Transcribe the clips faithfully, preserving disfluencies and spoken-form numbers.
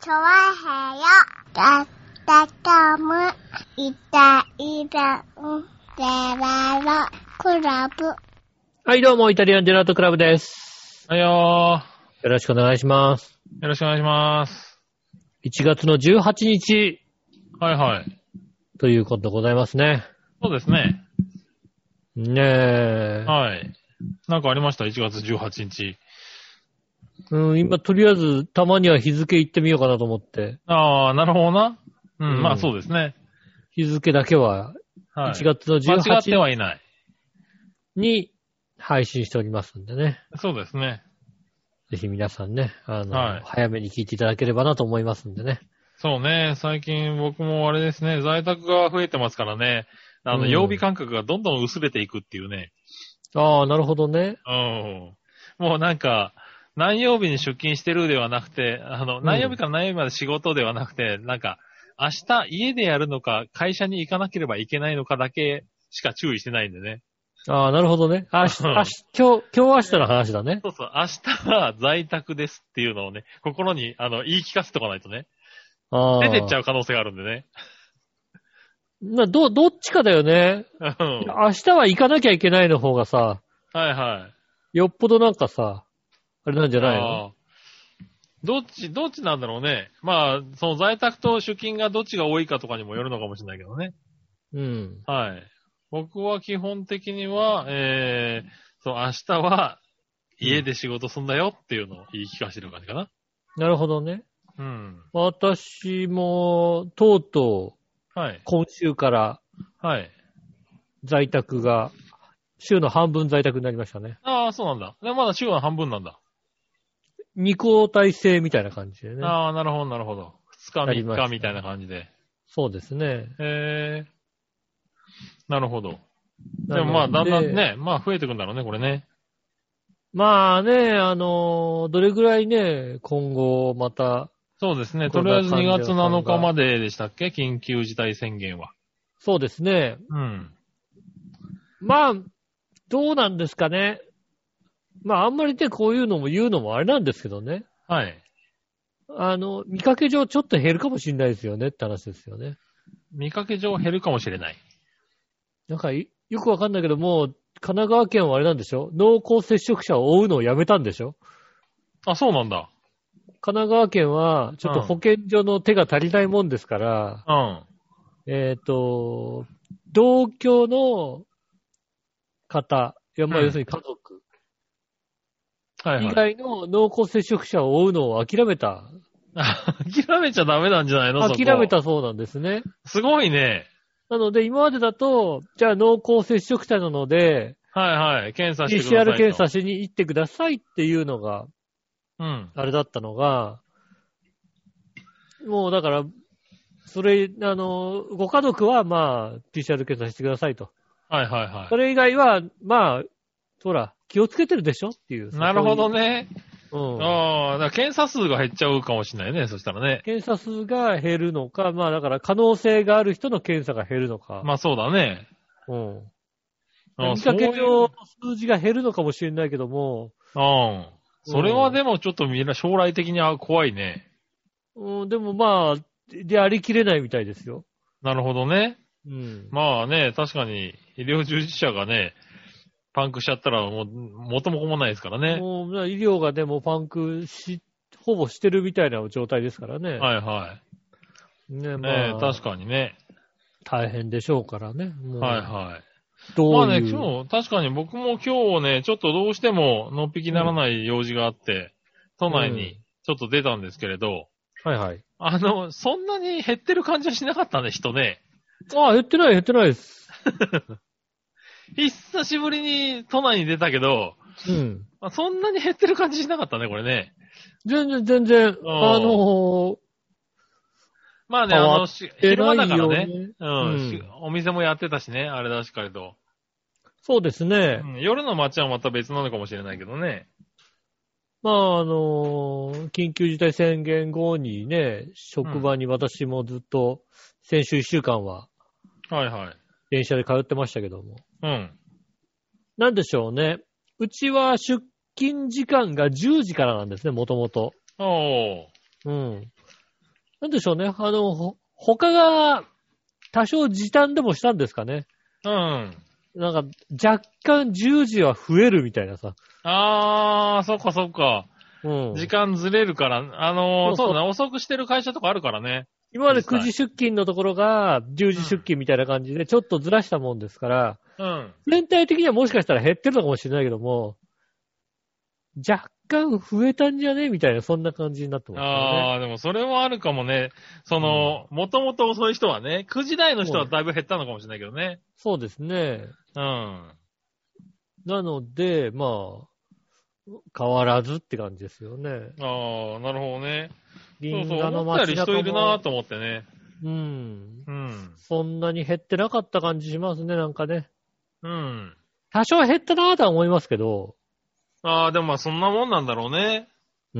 チョワヘヨだったかむいたいらんでららクラブ。 はい、どうも、イタリアンジェラートクラブです。 はいよよろしくお願いします。 ー。よろしくお願いします。 いちがつのじゅうはちにち。 はいはい。 ということでございますね。 そうですね。 ねえ。 はい。なんかありました ?いちがつじゅうはちにち。 うん、今、とりあえず、たまには日付言ってみようかなと思って。 ああ、なるほどな。うん、 うんまあそうですね。 日付だけは、 はい。 いちがつのじゅうはち間違ってはいない。 に配信しておりますんでね。 そうですね。 ぜひ皆さんね、あの、 はい早めに聞いていただければなと思いますんでね。 そうね。最近僕もあれですね、在宅が増えてますからね。あの、 うん曜日感覚がどんどん薄れていくっていうね。 ああ、なるほどね。 うん。もうなんか、何曜日に出勤してるではなくて、あの、何曜日から何曜日まで仕事ではなくて、なんか、明日家でやるのか、会社に行かなければいけないのかだけしか注意してないんでね。 ああ、なるほどね。あし、 うんあし、今日、今日明日の話だね。 そうそう、明日は在宅ですっていうのをね、心に、あの、言い聞かせておかないとね、 ああ。 出てっちゃう可能性があるんでね。 な、ど、どっちかだよね。 うん明日は行かなきゃいけないの方がさ、 はいはい。 よっぽどなんかさ、あれなんじゃないの？ あーどっち、どっちなんだろうね。まあ、その在宅と出勤がどっちが多いかとかにもよるのかもしれないけどね。 うん。 はい。僕は基本的には、えー、そう、明日は家で仕事すんだよっていうのを言い聞かせてる感じかな。 なるほどね。 うん。 私も、とうとう、 はい。 今週からはい。 在宅が、週の半分在宅になりましたね。 ああ、そうなんだ。でまだ週は半分なんだ。 二交代制みたいな感じでね。 ああ、なるほど、なるほど。二日、 なりました三日みたいな感じで。 そうですね。 へえ。なるほど。 なのでもまあ、だんだんね、まあ増えてくんだろうね、これね。 まあね、あのーどれぐらいね、今後また、 そうですね。 ことんなりあえずにがつなのか患者さんがまででしたっけ緊急事態宣言は。 そうですね。 うん。 まあ、どうなんですかね。まあ、あんまりね、こういうのも言うのもあれなんですけどね。 はい。 あの、見かけ上ちょっと減るかもしれないですよねって話ですよね。 見かけ上減るかもしれない。 なんかい、よくわかんないけど、もう、神奈川県はあれなんでしょ？濃厚接触者を追うのをやめたんでしょ？ あ、そうなんだ。 神奈川県は、ちょっと保健所の手が足りないもんですから、 うん。 えっと、同居の方、いや、まあ、 うん要するに家族、以はいはい。 外の濃厚接触者を追うのを諦めた。 あ諦めちゃダメなんじゃないのそこ諦めたそうなんですね。 すごいね。 なので、今までだと、じゃあ濃厚接触者なので、 はいはい。検査してピーくシーアールださいと。 検査しに行ってくださいっていうのが、 うん。 あれだったのが、もうだから、それ、あの、ご家族はまあ、ピーシーアール 検査してくださいと。 はいはいはそれ以外は、まあ、ほら、気をつけてるでしょっていう。 い。なるほどね。 そういう。うん。 ああ、だから検査数が減っちゃうかもしれないね。そしたらね。 検査数が減るのか、まあだから可能性がある人の検査が減るのか。 まあそうだね。 うん。 あ見かけそういう上数字が減るのかもしれないけども、 うん。それはでもちょっとみんな将来的には怖いね。 うん、でもまあ、でありきれないみたいですよ。 なるほどね。 うん。 まあね、確かに医療従事者がね、パンクしちゃったらもう元も子もないですからね。 もう医療がでもパンクし、ほぼしてるみたいな状態ですからね。 はいはね、 い。 まあ、 ね確かにね。 大変でしょうからね。もうはいはい。 どまあね、 ういう。 今日、確かに僕も今日ね、ちょっとどうしてものっぴきならない用事があって、都内にちょっと出たんですけれど、 はいはい。 あの、そんなに減ってる感じはしなかったね、人ね。 ああ、減ってない減ってないです。 久しぶりに都内に出たけど、 うん。 まあそんなに減ってる感じしなかったね、これね。 全然全然、あのー、 まあね、あの、 変わっし出昼間ないよだからね。 ね。 うん、 うんしお店もやってたしね、あれだしかれど。 そうですね。 うん、夜の街はまた別なのかもしれないけどね。 まあ、あのー緊急事態宣言後にね、職場に私もずっと、先週一週間は、 はいはい。 電車で通ってましたけども。 うん。 なんでしょうね。うちは出勤時間がじゅうじからなんですね、もともと。 おー。 うん。 なんでしょうね。あの、ほ他が多少時短でもしたんですかね。 うん。 なんか若干じゅうじは増えるみたいなさ。 あー、そっかそっか。 うん。 時間ずれるから、あのー、 そうそうそうだね、遅くしてる会社とかあるからね。 今までくじ出勤のところがじゅうじ出勤みたいな感じでちょっとずらしたもんですから、 うん。 全体的にはもしかしたら減ってるのかもしれないけども、若干増えたんじゃねみたいな、そんな感じになってますからね。 あー、でもそれはあるかもね。その、もともと遅い人はね、くじ台の人はだいぶ減ったのかもしれないけどね。 そうですね。 うん。 なので、まあ、変わらずって感じですよね。 あー、なるほどね。そうそう、 銀河の思ったより街中人いるなもーと思ってね。 うん。 うん。 そんなに減ってなかった感じしますね、なんかね。 うん。 多少減ったなぁとは思いますけど。 あー、でもまあそんなもんなんだろうね。 うん。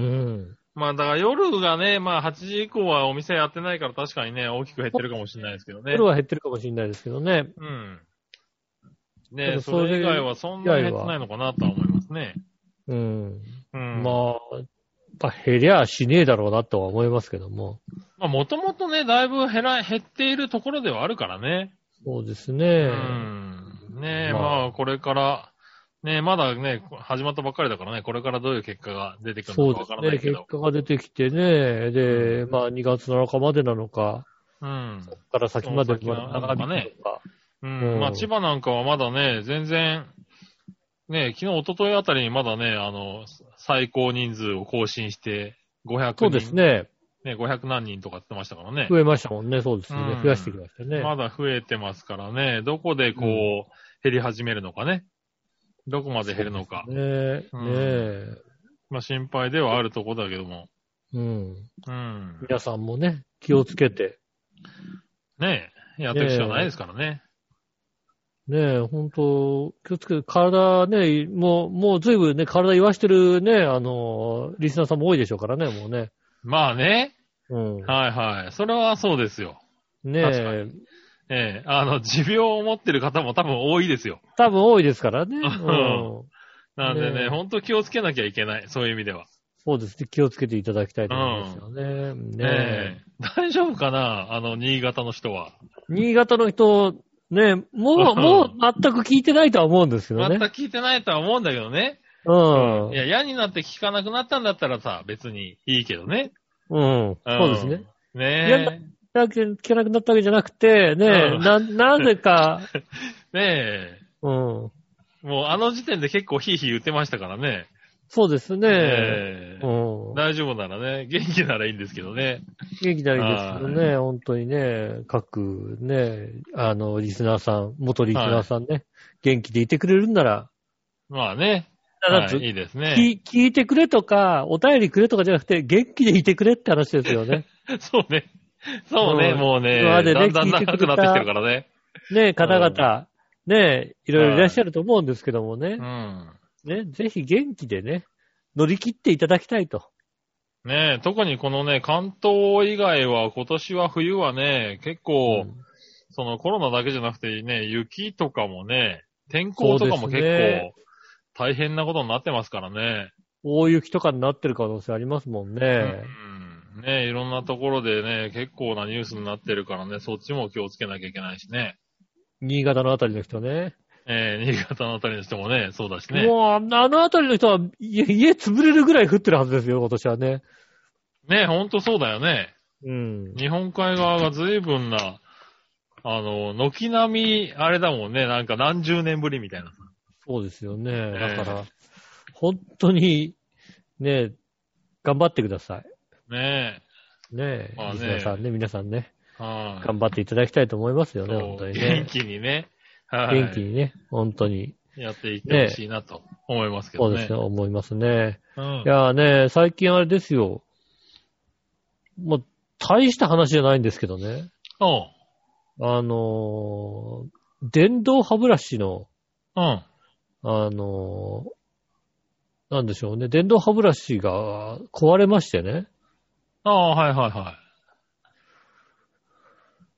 まあだから夜がね、まあはちじ以降はお店やってないから確かにね、大きく減ってるかもしれないですけどね。 夜は減ってるかもしれないですけどね。 うん。 でねえ、 もそれ以外はそんなに減ってないのかなとは思いますね。 うん。 うん。 まあ、まあ、減りゃしねえだろうなとは思いますけども。 まあもともとね、だいぶ減ら、減っているところではあるからね。 そうですうね。 ん。ねえ、 まあまあこれから、ねえ、まだね、始まったばっかりだからね、これからどういう結果が出てくるそうのかわからなですね。結いけど。 果が出てきてね。で、まあにがつなのかまでなのか、 うん。 そこから先までまだその先なの長引くのかね。 か。 ううんん。まあ千葉なんかはまだね、全然、ね、昨日、一昨日あたりにまだね、あの、最高人数を更新して、ごひゃくにん。 そうですね。 ね、ごひゃく何人とかって言ってましたからね。 増えましたもんね。そうですよね。 うん増やしてきましたね。 まだ増えてますからね、どこでこう、 うん減り始めるのかね。どこまで減るのか。 ねえ、 うんねえ。 まあ心配ではあるところだけども。 うん。 うん。 皆さんもね、気をつけて。 ねえ、やっていくしかないですからね。 ねえ、ほんと、気をつけて、体ね、もう、もうずいぶんね、体言わしてるね、あの、リスナーさんも多いでしょうからね、もうね。 まあね。 うん。 はいはい。それはそうですよ。 ね確かえ、 ええ、あの、持病を持ってる方も多分多いですよ。 多分多いですからね。 ううんん。 なんでね、 ねえほんと気をつけなきゃいけない。そういう意味では。 そうですね、気をつけていただきたいと思いますよね。ねねえ。大丈夫かなあの、新潟の人は。 新潟の人、ね、もう、もう全く聞いてないとは思うんですけどね。 全く聞いてないとは思うんだけどね。 うん。 いや、嫌になって聞かなくなったんだったらさ、別にいいけどね。 うん。そうですね。 うん。ね嫌になったわけ聞けなくなったわけじゃなくて、ね、 うんな、なぜか、 え。ねえ。 うん。 もうあの時点で結構ヒーヒー言ってましたからね。 そうですね。 ええうん。 大丈夫ならね、元気ならいいんですけどね。 元気ならいいですけどね、本当にね、各ね、あの、リスナーさん、元リスナーさんね、元気でいてくれるんなら、 まあね。 だってはい、いいですね。 聞聞いてくれとか、お便りくれとかじゃなくて、元気でいてくれって話ですよね。 そうね。そうね、 うんもうね、 今までねだんだん聞いてくれた長くなってきてるからね。 ね、方々、ね、いろいろいらっしゃると思うんですけどもねう、ん。 ね、ぜひ元気でね、乗り切っていただきたいと。 ねえ、特にこのね、関東以外は今年は冬はね、結構、 うんそのコロナだけじゃなくてね、雪とかもね、天候とかもそう結ですね構大変なことになってますからね。 大雪とかになってる可能性ありますもんね。 うん。ねえ、いろんなところでね、結構なニュースになってるからね、そっちも気をつけなきゃいけないしね。 新潟のあたりの人ね。 えー、新潟のあたりの人もね、そうだしね。 もう、あのあたりの人は家、家潰れるぐらい降ってるはずですよ、今年はね。 ねえ、ほんとそうだよね。 うん。 日本海側が随分な、あの、軒並み、あれだもんね、なんか何十年ぶりみたいな。 そうですよね。 えだから、本当に、ね、頑張ってください。 ねねえ、 まあねリスナーさんね、皆さんね、 え。はい。 頑張っていただきたいと思いますよね、 そう本当に元ね。 気にね。はい。 元気にね、本当に。 やっていってほしいなと思いますけどね。 そうですね、思いますね。 うん。 いやーね、最近あれですよ。もう、大した話じゃないんですけどね。 おう。 あのー、電動歯ブラシの、 うん。 あのー、なんでしょうね。電動歯ブラシが壊れましてね。 ああ、はいはいはい。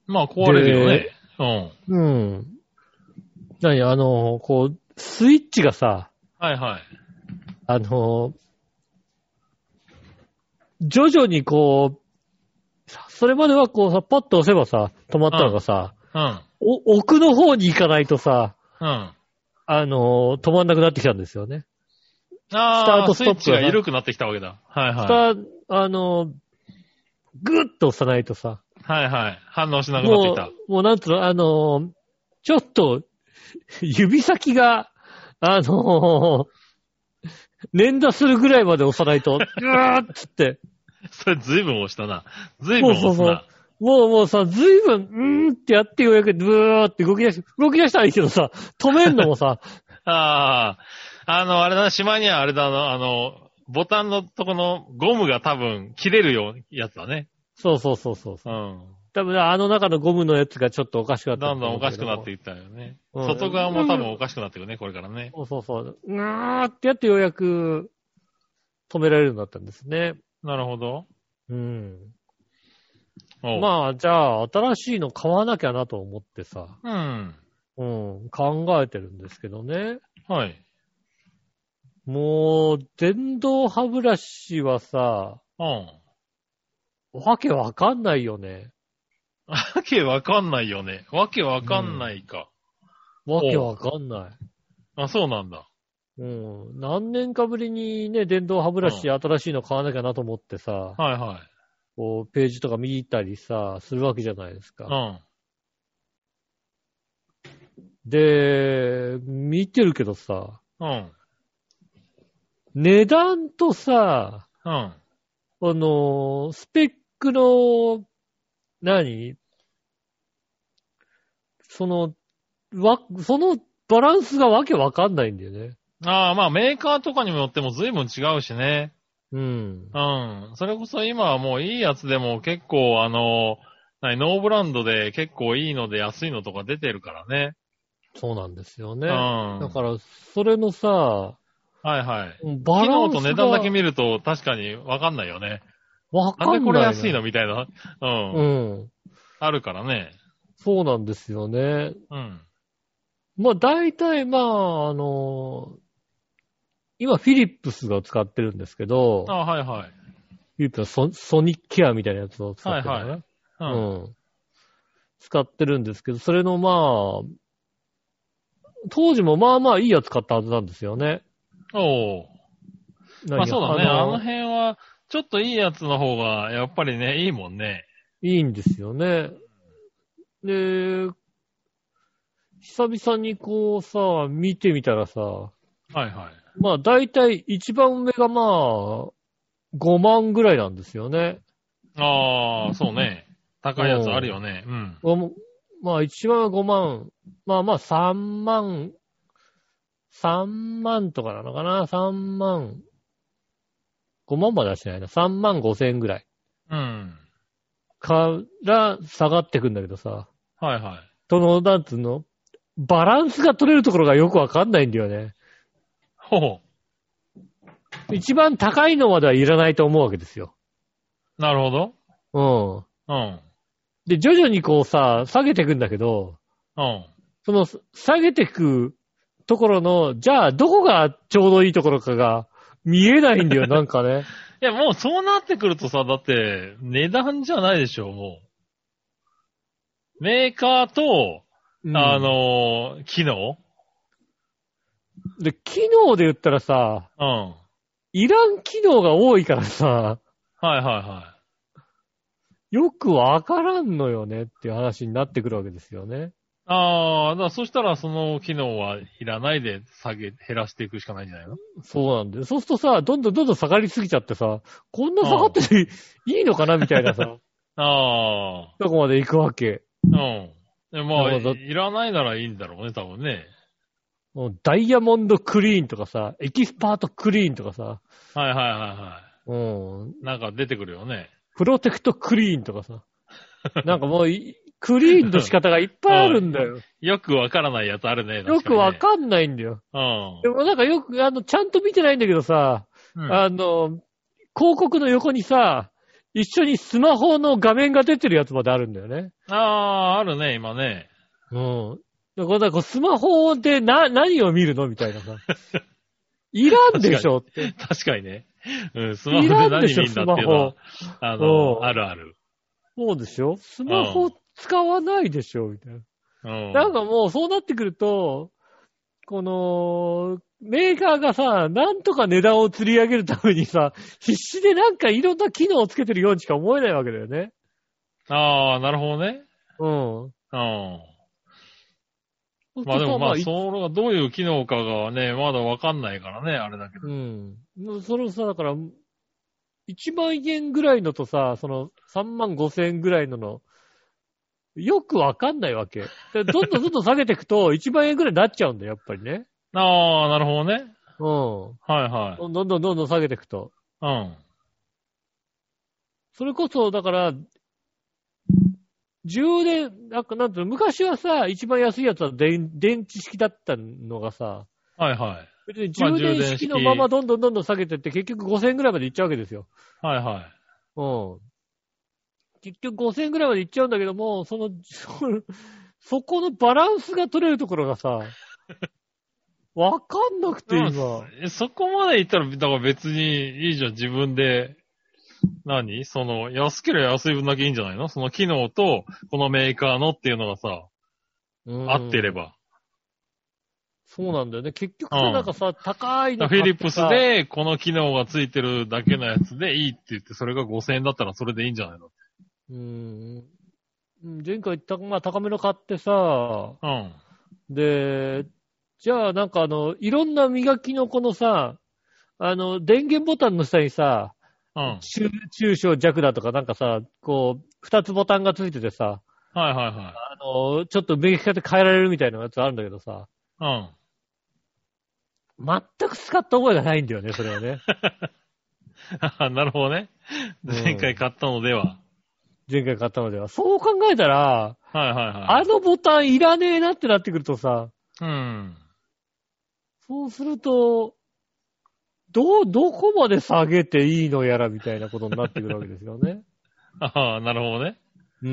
まあ、壊れるよね。うん。 うん。何あのー、こう、スイッチがさ、 はいはい。 あのー、徐々にこう、 それまではこうさ、パッと押せばさ、止まったのがさ、 うん。 お奥の方に行かないとさ、 うん。 あのー、止まんなくなってきたんですよね。 ああ、 スタートストップがスイッチが緩くなってきたわけだ。はいはい。 スター、あのー、ぐーっと押さないとさ、 はいはい。反応しなくなってきた。 もう、もうなんつうの、あのー、ちょっと、指先が、あのー、連打するぐらいまで押さないと、ぐーっつって。 それずいぶん押したな。ずいぶん押すな。 そうそうそうもうもうさ、ずいぶん、うーんってやってようやく、ブーって動き出し、動き出したらいいけどさ、止めんのもさ、 ああ、あの、あれだ、島にはあれだ、あの、あの、ボタンのとこのゴムが多分切れるようやつだね。 そうそうそうそう。 うん。 多分あの中のゴムのやつがちょっとおかしくなってどんどんおかしくなっていったよね。 うん、 外側も多分おかしくなっていくね、これからね。 そうそうそう。うーってやってようやく止められるようになったんですね。 なるほど。 うん。 おまあ、じゃあ、新しいの買わなきゃなと思ってさ、 うん。 うん、考えてるんですけどね。 はい。 もう、電動歯ブラシはさ、 うん。 わけわかんないよね。 わけわかんないよね。わけわかんないか。 わけわかんない。 あ、そうなんだ。 うん。何年かぶりにね、電動歯ブラシ新しいの買わなきゃなと思ってさ、 はいはい。 こう、ページとか見たりさ、するわけじゃないですか。 うん。 で、見てるけどさ、 うん。 値段とさ、 うん。 あの、スペックの、何その、わ、そのバランスがわけわかんないんだよね。 ああ、まあメーカーとかにもよっても随分違うしね。 うん。 うん。それこそ今はもういいやつでも結構あの、何、ノーブランドで結構いいので安いのとか出てるからね。 そうなんですよね。 うん。 だから、それのさ、 はいはい。 バ機能ランスがと値段だけ見ると確かにわかんないよね。 わかんない、ね。 なんでこれ安いのみたいな。うん。 うん。 あるからね。 そうなんですよね。 うん。 まあ、大体、まあ、あの、今、フィリップスが使ってるんですけど、 あはいはい。 フィリップスのソソニックケアみたいなやつを使ってるのね。 はいはい。う。 うんん。使ってるんですけど、それのまあ、当時もまあまあいいやつ買ったはずなんですよね。 おー。まあそうだね。あの辺は、ちょっといいやつの方が、やっぱりね、いいもんね。 いいんですよね。で、久々にこうさ、見てみたらさ、 はいはい。 まあ大体一番上がまあ、ごまんぐらいなんですよね。 ああ、そうね。高いやつあるよね。うん。 ごまあ一番はごまん。まあまあさんまん、さんまんとかなのかな ?さん 万。ごまんまではしないな。さんまんごせんぐらい。 うん。 から下がってくんだけどさ。 はいはい。 その、なんつうのバランスが取れるところがよくわかんないんだよね。 ほう。一番高いのまではいらないと思うわけですよ。 なるほど。 うん。 うん。 で、徐々にこうさ、下げてくんだけど、 うん。 その、下げてくところの、じゃあ、どこがちょうどいいところかが見えないんだよ、なんかね。 いや、もうそうなってくるとさ、だって、値段じゃないでしょ、もう。メーカーと、 うん、 あのー、機能で、機能で言ったらさ、 うん。 いらん機能が多いからさ、 はいはいはい。 よくわからんのよねっていう話になってくるわけですよね。 ああ、だからそしたらその機能はいらないで下げ、減らしていくしかないんじゃないの？ そうなんだよ。そうするとさ、どんどんどんどん下がりすぎちゃってさ、こんな下がってていいのかなみたいなさ、 ああ。 とこまで行くわけ。 うん。でまあ、 だからいらないならいいんだろうね、多分ね。 もうダイヤモンドクリーンとかさ、エキスパートクリーンとかさ、 はいはいはいはうん、 い。なんか出てくるよね。 プロテクトクリーンとかさ、なんかもうい、クリーンの仕方がいっぱいあるんだよ。 よくわからないやつあるね。 よくわかんないんだよ。 うん。 でもなんかよく、あの、ちゃんと見てないんだけどさ、 うん、 あの、広告の横にさ、一緒にスマホの画面が出てるやつまであるんだよね。 ああ、あるね、今ね。 うん。だからなんかスマホでな、何を見るのみたいなさ。いらんでしょって。 確かにね。うん、スマホで何見るんだっていうのは、あの、あるある。 そうでしょスマホ使わないでしょみたいな。 うん。 なんかもうそうなってくると、この、メーカーがさ、なんとか値段を釣り上げるためにさ、必死でなんかいろんな機能をつけてるようにしか思えないわけだよね。 ああ、なるほどね。 うん。 うん。まあでもまあ、 いそれがどういう機能かがね、まだわかんないからね、あれだけど。 うん。それさ、だから、いちまん円ぐらいのとさ、そのさんまんごせん円ぐらいのの、よくわかんないわけ。でどんどんどんどん下げていくといちまん円ぐらいになっちゃうんだよ、やっぱりね。 ああ、なるほどね。 うん。 はいはい。 どんどんどんどん下げていくと。 うん。 それこそ、だから、充電、なんかなんていうの、昔はさ、一番安いやつは電電池式だったのがさ、 はいはい。 別に充電式のままどんどんどんどん下げてって結局ごせんえんぐらいまでいっちゃうわけですよ。 はいはい。 うん。結局ごせんえんぐらいまでいっちゃうんだけども、その、そのそこのバランスが取れるところがさ、わかんなくて今。 えそこまでいったら、だから別にいいじゃん、自分で。何その、安ければ安い分だけいいんじゃないのその機能と、このメーカーのっていうのがさ、 うん合ってれば。 そうなんだよね。結局さ、 うんなんかさ、高いのフィリップス買ってさ、 で、この機能がついてるだけのやつでいいって言って、それがごせんえんだったらそれでいいんじゃないのうーん。うん前回た、まあ高めの買ってさ、 うん。 で、じゃあなんかあの、いろんな磨きのこのさ、あの、電源ボタンの下にさ、 うん。 中、中小弱だとかなんかさ、こう、二つボタンがついててさ、 はいはいはい。 あの、ちょっと磨き方変えられるみたいなやつあるんだけどさ、 うん。 全く使った覚えがないんだよね、それはね。 なるほどね。前回買ったのでは。 前回買ったのでは。そう考えたら、 はいはいはい。 あのボタンいらねえなってなってくるとさ、 うん。 そうすると、どう、どこまで下げていいのやらみたいなことになってくるわけですよね。 ああ、なるほどね。 うん。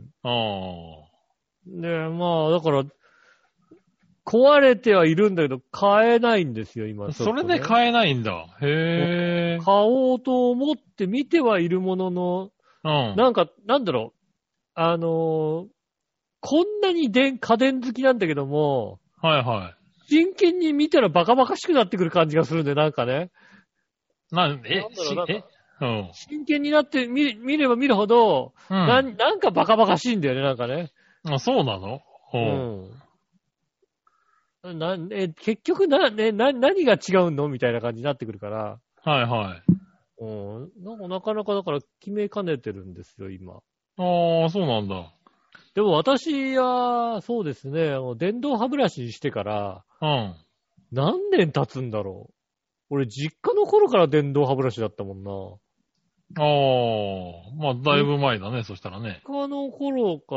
ああ。 で、まあ、だから、壊れてはいるんだけど、買えないんですよ、今、 それで買えないんだ。へえ。 買おうと思って見てはいるものの、 うん。 なんか、なんだろう、あのーこんなに電、家電好きなんだけども、 はいはい。 真剣に見たらバカバカしくなってくる感じがするんで、なんかね。 な、え、 なんだろうしなんかえうん。 真剣になって見、見れば見るほど、 うん。 なん、なんかバカバカしいんだよね、なんかね。 あ、そうなのううん。 ん。な、え、結局な、ね、な、何が違うのみたいな感じになってくるから。 はいはい。 うん。なんかなかなかだから決めかねてるんですよ、今。 ああ、そうなんだ。 でも私は、そうですね、あの、電動歯ブラシにしてから、 うん。 何年経つんだろう。俺、実家の頃から電動歯ブラシだったもんな。 ああ、まあ、だいぶ前だね、そしたらね。 実家の頃から、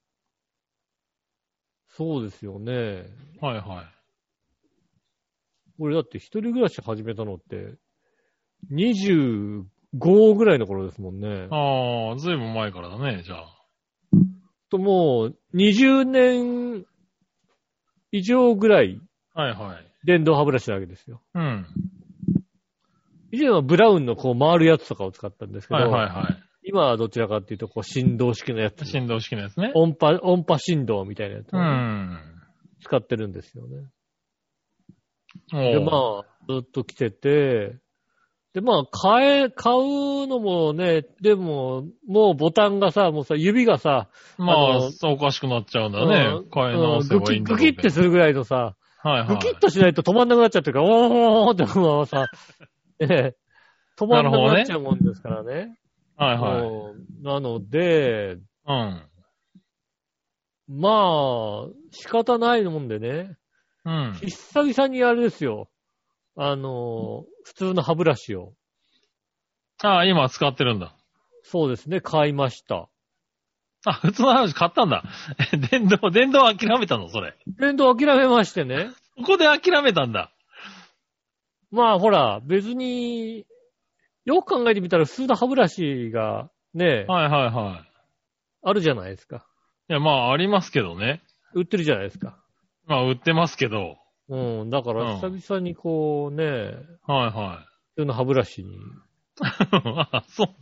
そうですよね。 はいはい。 俺だって一人暮らし始めたのって、にじゅうごぐらいの頃ですもんね。 ああ、ずいぶん前からだね、じゃあ。 ともう、にじゅうねん以上ぐらいはいはい。 電動歯ブラシなわけですよ。 うん。 以前はブラウンのこう回るやつとかを使ったんですけど、 はいはいは今はどちらかっていうとこう振動式のやつい。。振動式のやつね。 音波、音波振動みたいなやつうをね、 ん。 使ってるんですよね。 おで、 ーまあ、ずっと来てて、で、まあ、買え、買うのもね、でも、もうボタンがさ、もうさ、指がさ、 まああ、 のそうおかしくなっちゃうんだうねん。 買い直せばいいんだろうけどグキッ、グキってするぐらいのさ、 はいはい。 グキッとしないと止まんなくなっちゃってるから、おーってまあさ、ええ止まんなくなっちゃうもんですからね。 はいはい。 うんなので、 うん。 まあ、仕方ないもんでね、 うん。 久々にあれですよ。あの、普通の歯ブラシを。 ああ、今使ってるんだ。 そうですね、買いました。 あ、普通の話買ったんだ。え電動、電動諦めたのそれ。 電動諦めましてね。 ここで諦めたんだ。 まあほら、別に、よく考えてみたら普通の歯ブラシがね、 はいはいはい。 あるじゃないですか。 いや、まあ、ありますけどね。 売ってるじゃないですか。 まあ、売ってますけど。 うん、だから久々にこうね、 はいは普通の歯ブラシに。 い。あ、そうなんだ。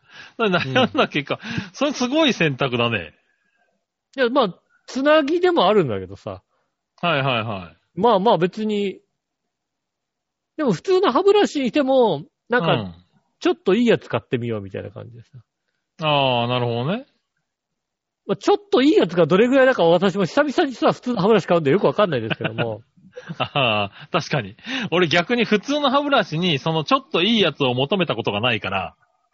悩んだ結果、うん、それすごい選択だね。 いや、まあ、つなぎでもあるんだけどさ。 はいはいはい。 まあまあ別に、でも普通の歯ブラシにしても、なんか、うん、ちょっといいやつ買ってみようみたいな感じでさ。 ああ、なるほどね。 まあ、ちょっといいやつがどれぐらいだか私も久々にさ、普通の歯ブラシ買うんでよくわかんないですけども。 ああ、確かに。俺逆に普通の歯ブラシにそのちょっといいやつを求めたことがないから。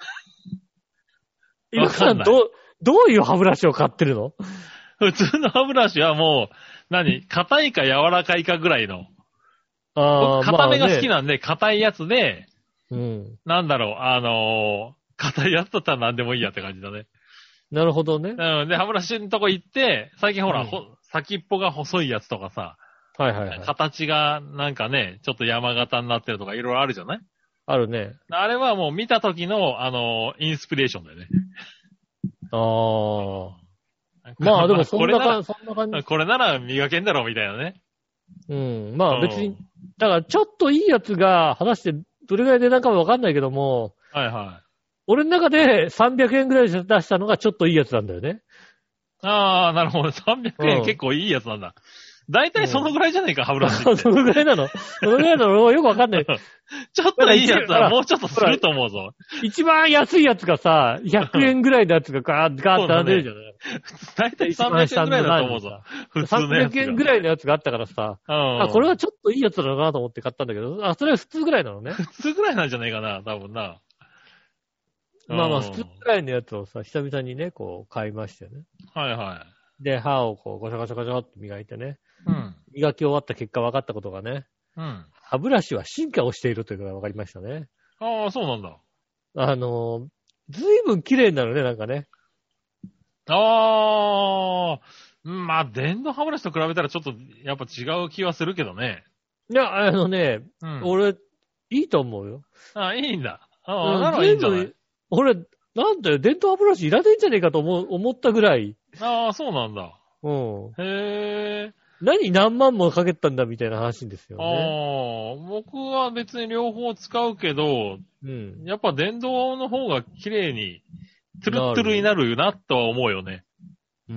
今さん、どう、どういう歯ブラシを買ってるの？ 普通の歯ブラシはもう、何？硬いか柔らかいかぐらいの。ああ、硬めが好きなんで、硬、まあね、いやつで、うん。なんだろう、あのー、硬いやつだったら何でもいいやって感じだね。 なるほどね。 うん。で、歯ブラシのとこ行って、最近ほら、うん、ほ先っぽが細いやつとかさ、 はいはいはい。 形がなんかね、ちょっと山形になってるとかいろいろあるじゃない？ あるね。 あれはもう見た時の、あのー、インスピレーションだよね。 ああ。まあでもそんな感じ、そんな感じ。 これなら磨けんだろうみたいなね。 うん。まあ別に、だからちょっといいやつが、果たしてどれぐらい値段かもわかんないけども、 はいはい。 俺の中でさんびゃくえんぐらいで出したのがちょっといいやつなんだよね。 ああ、なるほど。さんびゃくえん、うん、結構いいやつなんだ。だいたいそのぐらいじゃねえか、歯ブラシって。 そのぐらいなの。そのぐらいなのよくわかんない。 ちょっといいやつはもうちょっとすると思うぞ。 一番安いやつがさ、ひゃくえんぐらいのやつがガーッガーッて並んでるじゃない。 だいたいさんびゃくえんぐらいだと思うぞ。普通のやつ。 さんびゃくえんぐらいのやつがあったからさ、あ、これはちょっといいやつだなと思って買ったんだけど、あ、それは普通ぐらいなのね。 普通ぐらいなんじゃないかな、多分な。 まあまあ普通ぐらいのやつをさ、久々にね、こう買いましたよね。 はいはい。 で、歯をこう、ゴシャゴシャゴシャって磨いてね。 うん。 磨き終わった結果分かったことがね。 うん。 歯ブラシは進化をしているということが分かりましたね。 ああ、そうなんだ。 あの、ずいぶん綺麗になるね、なんかね。 ああ、まあ、電動歯ブラシと比べたらちょっと、やっぱ違う気はするけどね。 いや、あのね、うん、俺、いいと思うよ。 ああ、いいんだ。ああ、ならいいんじゃない？ 俺、なんだよ、電動歯ブラシいらねえんじゃねえかと思う、思ったぐらい。 ああ、そうなんだ。 うん。 へえ。 何何万もかけたんだみたいな話ですよね。 ああ、僕は別に両方使うけど、うん。やっぱ電動の方が綺麗に、トゥルットゥルになるなとは思うよね。 うん。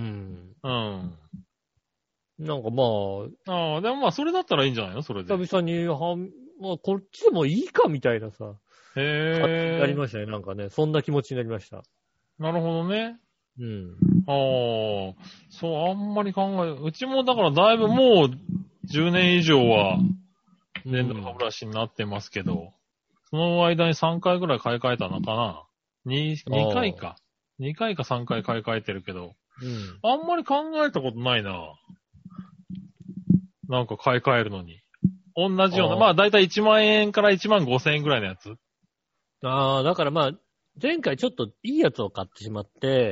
うん。 なんかまあ。ああ、でもまあそれだったらいいんじゃないのそれで。 久々に、は、まあこっちでもいいかみたいなさ。 へえ。 なりましたね、なんかね。そんな気持ちになりました。 なるほどね。 うん。 ああ、そう、あんまり考え、うちもだからだいぶもうじゅうねん以上は電動歯ブラシになってますけど、うん、その間にさんかいぐらい買い替えたのかな ?に、にかいか。にかいかさんかい買い替えてるけど、うん、あんまり考えたことないな。なんか買い替えるのに。同じような、まあだいたいいちまんえんからいちまんごせんえんぐらいのやつ。 ああ、だからまあ、前回ちょっといいやつを買ってしまって、 うん。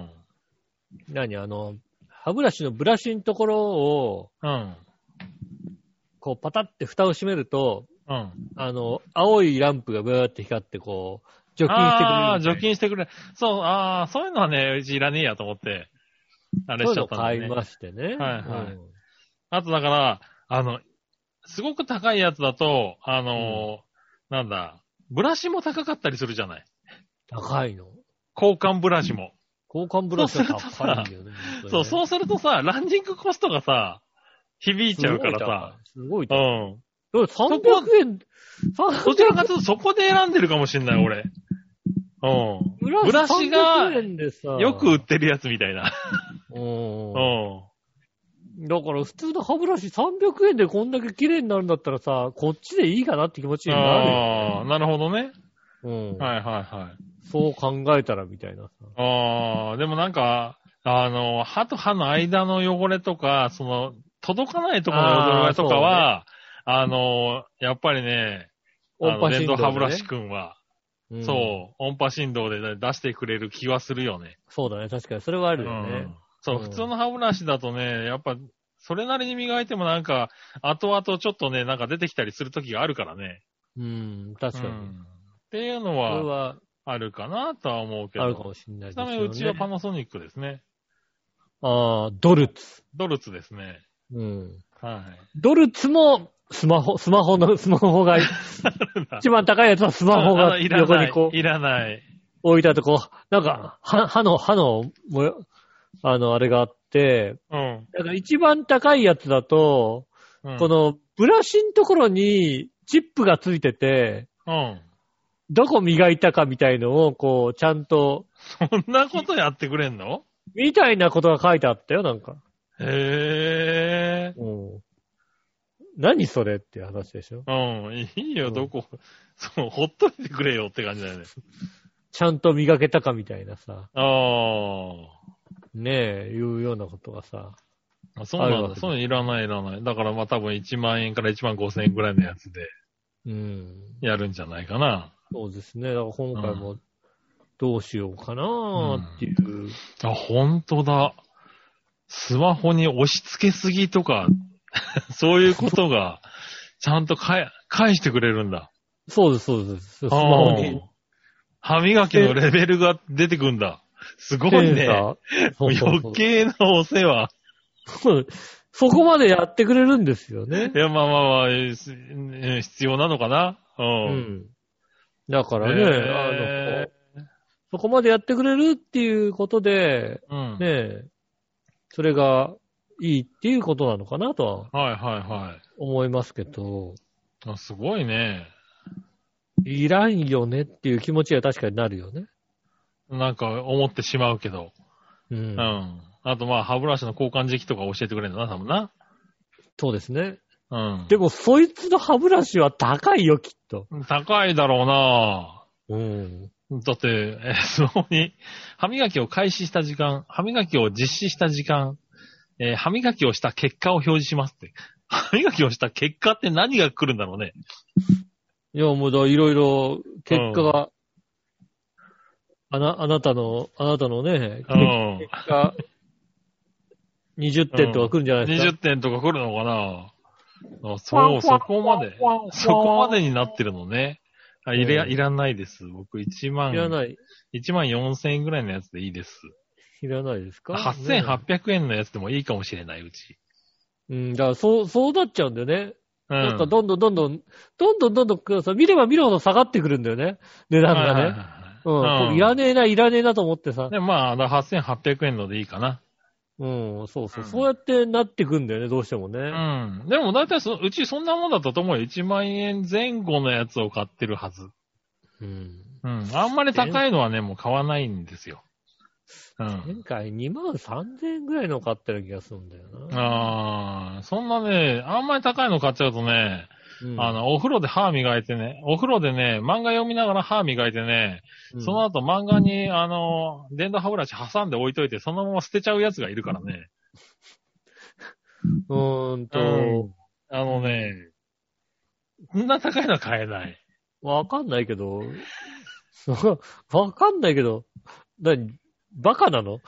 何あの、歯ブラシのブラシのところを、 うん。 こうパタって蓋を閉めると、 うん。 あの、青いランプがブーって光ってこう、除菌してくれる。 ああ、除菌してくれる。そう、ああ、そういうのはね、うちいらねえやと思って、あれしちゃったんだね。 そういうの買いましてね。はいはい。うん、あとだから、あの、すごく高いやつだと、あの、うん、なんだ、ブラシも高かったりするじゃない。 高いの？ 交換ブラシも。 交換ブラシは高いんだよね。 そう、そうするとさ、ランニングコストがさ、響いちゃうからさ。 すごい。 うん。 さんびゃくえん。 どちらかというとそこで選んでるかもしんない、俺。うん。ブラシがよく売ってるやつみたいな。 うん。だから普通の歯ブラシさんびゃくえんでこんだけ綺麗になるんだったらさ、こっちでいいかなって気持ちになるよ、ね。 ああ、なるほどね。 うん。 はいはいはい。 そう考えたらみたいなさ。 ああ、でもなんか、あの、歯と歯の間の汚れとか、その、届かないところの汚れとかは、あ,、ね、あの、やっぱりね、 音波振動で、ね、 電動歯ブラシくんは、 うん、 そう、音波振動で出してくれる気はするよね。 そうだね、確かに。それはあるよね。 うん、そう、うん、普通の歯ブラシだとね、やっぱ、それなりに磨いてもなんか、後々ちょっとね、なんか出てきたりする時があるからね。 うん、確かに。うん、 っていうのは、あるかなとは思うけど。 あるかもしれないですね。 ちなみにうちはパナソニックですね。 ああ、ドルツ。 ドルツですね。 うん。 はい。 ドルツも、スマホ、スマホの、スマホが、一番高いやつはスマホが横にこう。 いらない。 置いてあって、こう、なんか、歯、歯の、歯の、もよ、あの、あれがあって、 うん。 だから一番高いやつだと、 うん、 この、ブラシのところにチップがついてて、 うん。 どこ磨いたかみたいのを、こう、ちゃんと、 そんなことやってくれんの？ みたいなことが書いてあったよ、なんか。 へぇー。 うん。何それっていう話でしょ？ うん。いいよ、 うんどこ。そう、ほっといてくれよって感じだよね。 ちゃんと磨けたかみたいなさ。 ああ。 ねえ、いうようなことがさ。 あ、そうなんだ。そういうのいらないいらない。だからまあ多分いちまん円からいちまんごせん円ぐらいのやつでうん。 やるんじゃないかな。 そうですね。だから今回もどうしようかなーっていう、うん。 あ、ほんとだ。スマホに押し付けすぎとか、そういうことが、ちゃんと返、返してくれるんだ。 そうです、そうです。スマホに。 歯磨きのレベルが出てくんだ。すごいね。 そうそうそう余計なお世話。 そこまでやってくれるんですよね。 いや、まあまあまあ、必要なのかな。うん。うん、 だからね、あの、そこまでやってくれるっていうことで、うん、ね、それがいいっていうことなのかなとは。はいはいはい。思いますけど。 あ、すごいね。 いらんよねっていう気持ちは確かになるよね。 なんか思ってしまうけど。うん。うん。あとまあ歯ブラシの交換時期とか教えてくれるんだな、多分な。 そうですね。 うん。 でもそいつの歯ブラシは高いよ、きっと。 高いだろうな。 うん。 だって、え、スマホに歯磨きを開始した時間、歯磨きを実施した時間、えー、歯磨きをした結果を表示しますって。歯磨きをした結果って何が来るんだろうね。 いや、もうだ、いろいろ結果が、うん、あな、あなたの、あなたのね、 うん、 結果、にじゅってんとか来るんじゃないですか、 うん、にじゅってんとか来るのかな。あ、そう、そこまで、そこまでになってるのね。あ、いれ、いらないです。僕いちまん、 いらない。 いちまんよんせん円ぐらいのやつでいいです。 いらないですか？ はっせんはっぴゃくえんのやつでもいいかもしれない、うち。 うん、だからそう、そうなっちゃうんだよね。うん。なんかどんどんどんどん、どんどんどんどんさ、見れば見るほど下がってくるんだよね。値段がね。はいはいはい、うん、うん。いらねえな、いらねえなと思ってさ。 でまあ、はっせんはっぴゃくえんのでいいかな。 うん、そうそう、うん。そうやってなってくんだよね、どうしてもね。 うん。でも大体そ、うちそんなもんだったと思うよ。いちまん円前後のやつを買ってるはず。うん。うん。あんまり高いのはね、もう買わないんですよ。 うん。前回にまんさんぜんえんぐらいの買ってる気がするんだよな。 ああ、そんなね、あんまり高いの買っちゃうとね、うん、あの、お風呂で歯磨いてね、お風呂でね、漫画読みながら歯磨いてね、うん、その後漫画に、あの、電動歯ブラシ挟んで置いといて、そのまま捨てちゃうやつがいるからね。 うーんと、うん、 あのね、こんな高いのは買えない。 わかんないけど、わかんないけど、何バカなの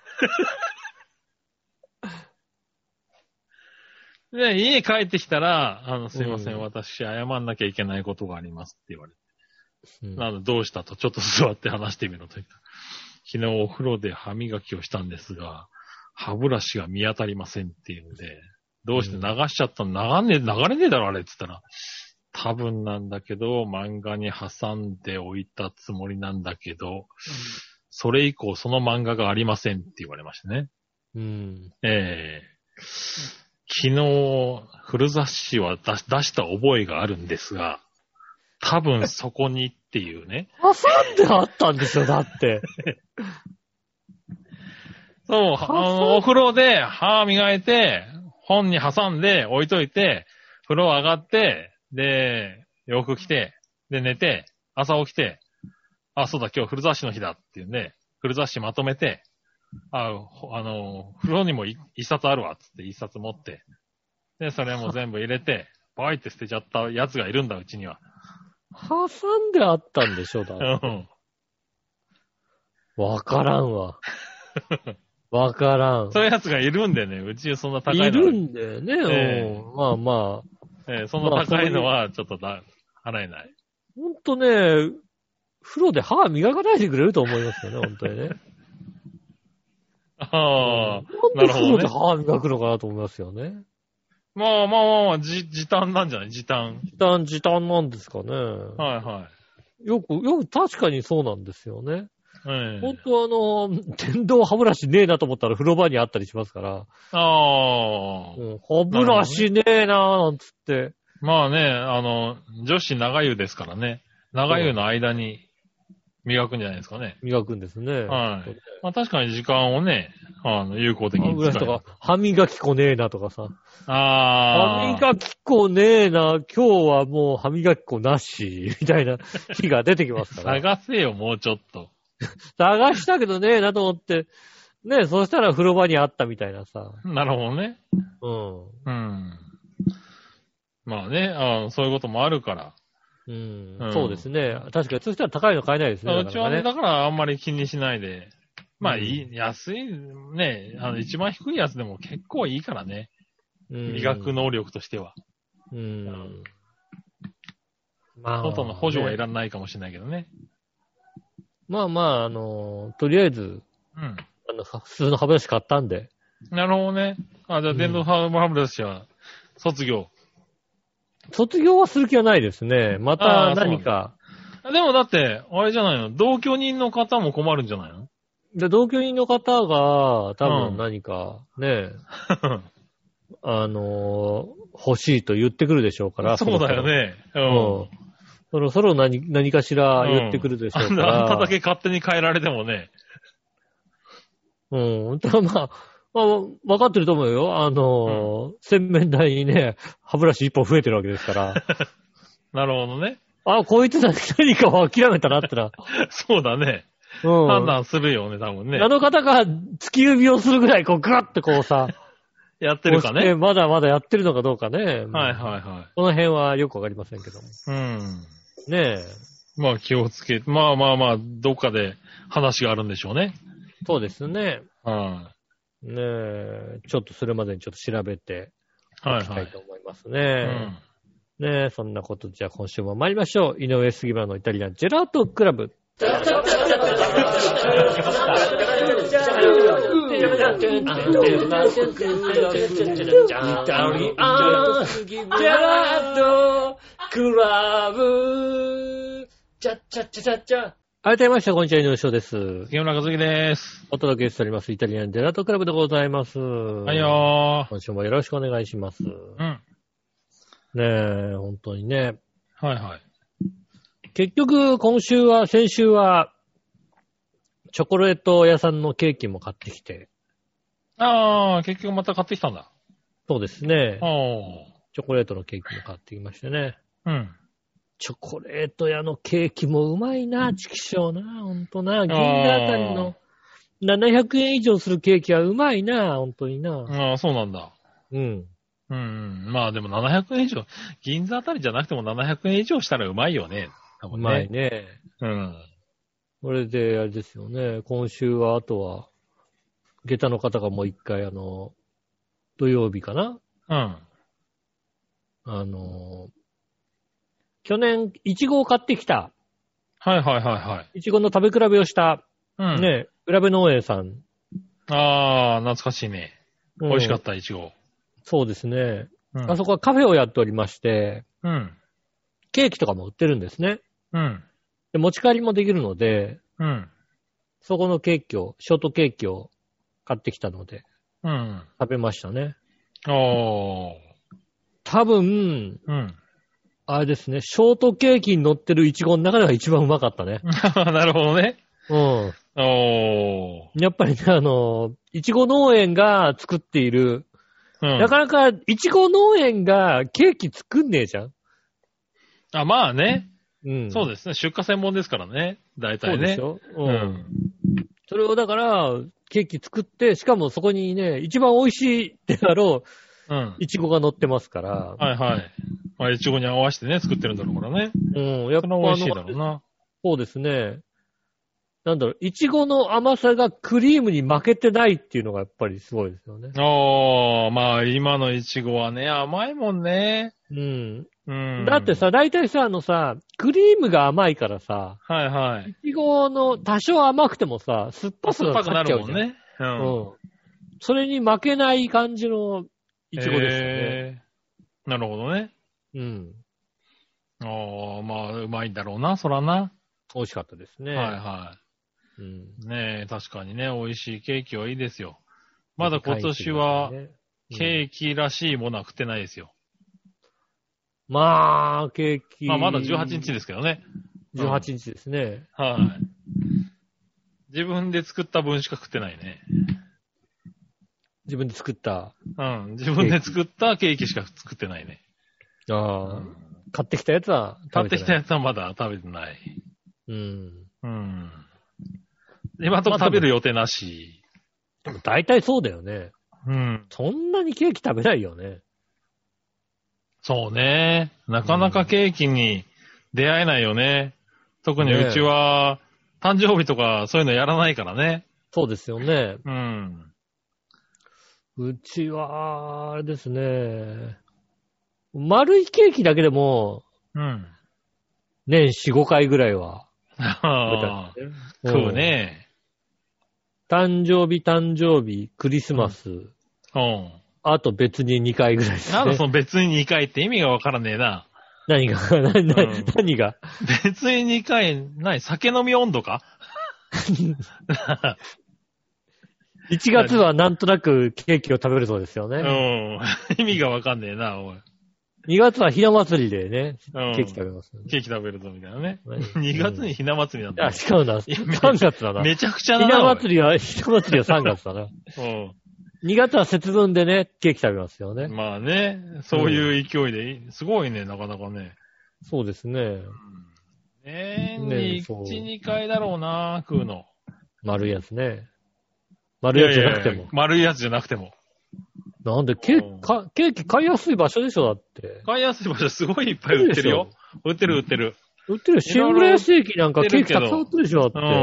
で、家帰ってきたら、あの、すいません、うん、私、謝んなきゃいけないことがありますって言われて。うん、なので、どうしたと、ちょっと座って話してみろと言った。昨日お風呂で歯磨きをしたんですが、歯ブラシが見当たりませんっていうので、どうして流しちゃったの、流れねえ、流れねえだろ、あれって言ったら、多分なんだけど、漫画に挟んでおいたつもりなんだけど、うん、それ以降その漫画がありませんって言われましたね。 うん。 ええー、昨日、古雑誌は 出, 出した覚えがあるんですが、多分そこにっていうね。 挟んであったんですよ、だって。 そう、あの、お風呂で歯磨いて、本に挟んで置いといて、風呂上がって、で、洋服着て、で、寝て、朝起きて、あ、そうだ、今日古雑誌の日だっていうんで、古雑誌まとめて、あ、あの、風呂にも一冊あるわ、つって一冊持って、で、それも全部入れて、バイって捨てちゃったやつがいるんだ、うちには。 挟んであったんでしょ、だって。うん。わからんわ。わからん。 そういうやつがいるんでね、うちそんな高いの。 いるんだよね、えー、まあまあ。 えー、そんな高いのはちょっとだ、払えない。 ほんとね、風呂で歯磨かないでくれると思いますよね、ほんとにね。 ああ、 うん、なるほど、ね。風呂で歯磨くのかなと思いますよね。 まあまあまあまあ、じ、時短なんじゃない時短。 時短、時短なんですかね。 はいはよく、よく確かにそうなんですよね。 ええ。 本当あの、電動歯ブラシねえなと思ったら風呂場にあったりしますから。 ああ、 うん、歯ブラシねえなーなんつって。 まあね、あの、女子長湯ですからね。長湯の間に磨くんじゃないですかね。 磨くんですね。 はい。まあ確かに時間をね、あの、有効的歯に使える。 ブラシとか、歯磨き粉ねえなとかさ。 ああ。 歯磨き粉ねえな、今日はもう歯磨き粉なし、みたいな日が出てきますから。 探せよ、もうちょっと。 探したけどねえなと思って、ねえ、そしたら風呂場にあったみたいなさ。 なるほどね。 うん。 うん。まあね、あそういうこともあるから。 うん。 うんそうですね。確かに、そしたら高いの買えないですね。 うちはね、 ねだからあんまり気にしないで。まあ、 うんいい、安い、ね、あの、一番低いやつでも結構いいからね。 うん磨く能力としては。 うん。まあ、 外の補助はいらねないかもしれないけどね。 まあまあ、あの、とりあえず、 うん。 あの、普通の歯ブラシ買ったんで。 なるほどね。あ、じゃあ、電動ハーブラシは、卒業。 卒業はする気はないですね。また何か。 でもだって、あれじゃないの、同居人の方も困るんじゃないので、同居人の方が、多うん分何かね、あのー欲しいと言ってくるでしょうから。 そうだよね。ううんん。そろそろ何、何かしら言ってくるでしょうから。 あんただけ勝手に変えられてもね。 うん。ただまあ、まあ、分かってると思うよ。あのー、洗面台にね、歯ブラシ一本増えてるわけですから。 なるほどね。 あ、こいつ何かを諦めたなってな。 そうだね。 うん。 判断するよね、多分ね。 あの方が突き指をするぐらい、こう、ガッてこうさ、 やってるかね。 まだまだやってるのかどうかね。 はいはいはこの辺はよくわかりませんけども。 い。うん。 ねえ。 まあ気をつけ、まあまあまあ、どっかで話があるんでしょうね。 そうですね。 はねえ。ちょっとそれまでにちょっと調べてい。はいいきたはいい。 と思いますうね。 ん。 ねえ、そんなことじゃあ今週も参りましょう。井上杉村のイタリアンジェラートクラブ。改めまして、こんにちは、井上翔です。 杉村和樹です。 お届けしております、イタリアンジェラートクラブでございます。ははいよ今週もよろしくお願いします。 ー。うん。 ねえ、本当にね。 はいはい。 結局、今週は、先週は、チョコレート屋さんのケーキも買ってきて。 ああ、結局また買ってきたんだ。 そうですね。 おー。 チョコレートのケーキも買ってきましてね。 うん。 チョコレート屋のケーキもうまいな、チキショーな、ほんとな。銀座あたりのななひゃくえん以上するケーキはうまいな、ほんとにな。 ああ、そうなんだ。 うん。 うん。まあでもななひゃくえん以上、銀座あたりじゃなくてもななひゃくえん以上したらうまいよね。多分ねうまいね。 うん。 それで、あれですよね。今週は、あとは、下駄の方がもう一回、あの、土曜日かなうん。 あの、去年、いちごを買ってきた。 はいはいはいはいちごの食べ比べをした、 い。うん。 ね、浦部農園さん。 ああ、懐かしいね。 うん美味しかった、いちご。 そうですね。 うん。 あそこはカフェをやっておりまして、 うん。 ケーキとかも売ってるんですね。 うん。 で持ち帰りもできるので、 うん。 そこのケーキを、ショートケーキを買ってきたので、 うん。 食べましたね。 おー。 多分、 うん。 あれですね、ショートケーキに乗ってるイチゴの中では一番うまかったね。 なるほどね。 うん。 おー。 やっぱりね、あの、いちご農園が作っている、 うん。 なかなかいちご農園がケーキ作んねえじゃん。 あ、まあね。 うん。 そうですね。出荷専門ですからね。大体ね。 そうでしょ。う。 うんん。 それをだから、ケーキ作って、しかもそこにね、一番美味しいであろうん。 う、いちごが乗ってますから。 はいはい。まあ、いちごに合わせてね、作ってるんだろうからね。 うん。やっぱそれは美味しいだろうな。 そうですね。なんだろう、いちごの甘さがクリームに負けてないっていうのがやっぱりすごいですよね。 おー、まあ、今のいちごはね、甘いもんね。 うん。 うん。 だってさ、大体さ、あのさ、クリームが甘いからさ、 はいはい。 いちごの多少甘くてもさ、酸っぱさが酸っぱくな勝っちゃうじゃん。 るもんね。う。 うんん。それに負けない感じのいちごですよね。 へーなるほどね。 うん。 ああ、まあ、うまいんだろうな、そらな。 美味しかったですね。 はいはうん。 い。ねえ、確かにね、美味しいケーキはいいですよ。まだ今年は、ケーキらしいものは食ってないですよ。 まあ、ケーキ。 まあ、まだじゅうはちにちですけどね。 じゅうはちにちですね。 はい。自分で作った分しか食ってないね。 自分で作った。 うん。自分で作ったケーキしか作ってないね。 ああ、うん。買ってきたやつは食べてない。買ってきたやつはまだ食べてない。 うん。 うん。今のとこ食べる予定なし。 でも大体そうだよね。 うん。 そんなにケーキ食べないよね。 そうね。なかなかケーキに出会えないよね。特にうちは、誕生日とかそういうのやらないからね。 そうですよね。 うん。 うちは、あれですね。丸いケーキだけでも、 うん。 年よん、ごかいぐらいは。 あ食うね。 誕生日、誕生日、クリスマス。うん。あと別ににかいぐらいですね。 なんだその別ににかいって意味がわからねえな。 何が何、うん、何が別ににかい、何酒飲み温度かいちがつはなんとなくケーキを食べるそうですよね。 うん。意味がわかんねえな、おい。 にがつはひな祭りでね、ケーキ食べます、ね、 ケーキ食べるぞ、みたいなね。にがつにひな祭りなんだ。 あ、違うんだ。さんがつだな。 めちゃくちゃだな。 ひな祭りは、ひな祭りはさんがつだな。うん。にがつは節分でね、ケーキ食べますよね。 まあね、そういう勢いで、すごいね、なかなかね。 そうですね。 年にいち、にかいだろうな、食うの。 丸いやつね。丸いやつじゃなくても。いやいやいや丸いやつじゃなくても。 なんで、ケーキ、か、ケーキ買いやすい場所でしょ、だって。 買いやすい場所すごいいっぱい売ってるよ。売ってる売ってる。 売ってる。新浦安駅なんかケーキたくさん売ってるでしょ、だって。うん。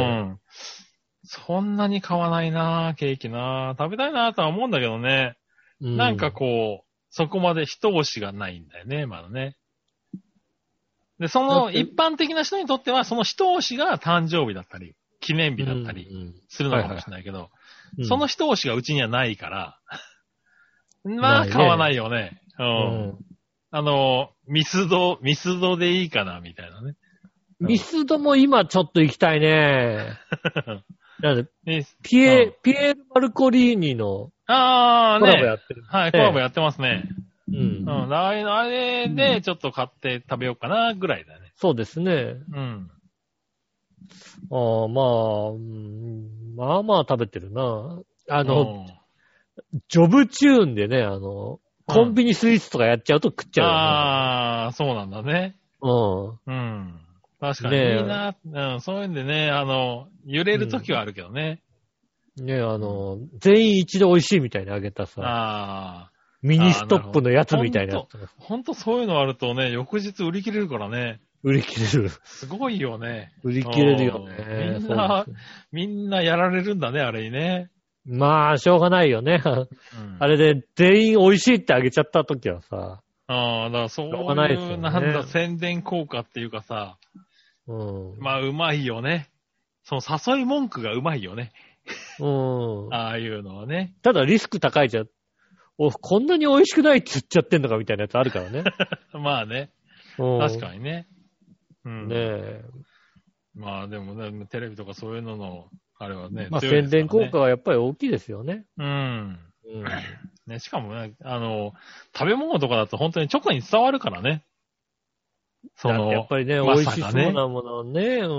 そんなに買わないな、ケーキな。食べたいなとは思うんだけどね。うん、なんかこう、そこまで一押しがないんだよね、まだね。で、その一般的な人にとっては、その一押しが誕生日だったり、記念日だったりするのかもしれないけど、その一押しがうちにはないから、まあ、買わないよね。うん。あの、ミスド、ミスドでいいかな、みたいなね。 ミスドも今ちょっと行きたいね。なんでピエ、ピエール・マルコリーニのあー、ね、 コラボやってる、ね。 はい、コラボやってますね。 うん。 うん。あれ、あれでちょっと買って食べようかな、ぐらいだね。 そうですね。 うん。 ああ、まあ、うん、まあまあ食べてるな。あの、ジョブチューンでね、あの、コンビニスイーツとかやっちゃうと食っちゃうよね。 ああ、そうなんだね。 うん。 うん。確かにいいな、うん、そういうんでね、あの、揺れるときはあるけどね。 うん、ねあの、全員一度美味しいみたいにあげたさ。 ああ。 ミニストップのやつみたいなやつ。 ほんとそういうのあるとね、翌日売り切れるからね。 売り切れる。 すごいよね。 売り切れるよね。 みんな、みんなやられるんだね、あれにね。 まあ、しょうがないよね。うん、あれで全員美味しいってあげちゃった時はさ。 ああ、だからそういう、ないね、なんだ、宣伝効果っていうかさ。うん、まあ、うまいよね。その誘い文句がうまいよね。うん。ああいうのはね。 ただリスク高いじゃん。お、こんなに美味しくないって言っちゃってんのかみたいなやつあるからね。 まあね。確かにね。 うん。ねえ。 まあでもね、テレビとかそういうのの、あれはね。 まあ、ね、宣伝効果はやっぱり大きいですよね。 うん。うん。ね、しかもね、あの、食べ物とかだと本当に直に伝わるからね。 その、やっぱりね、ま、美味しそうなものをね、うん。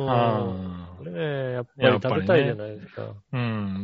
ねえ、やっぱり食べたいじゃないですか。ね、 うん。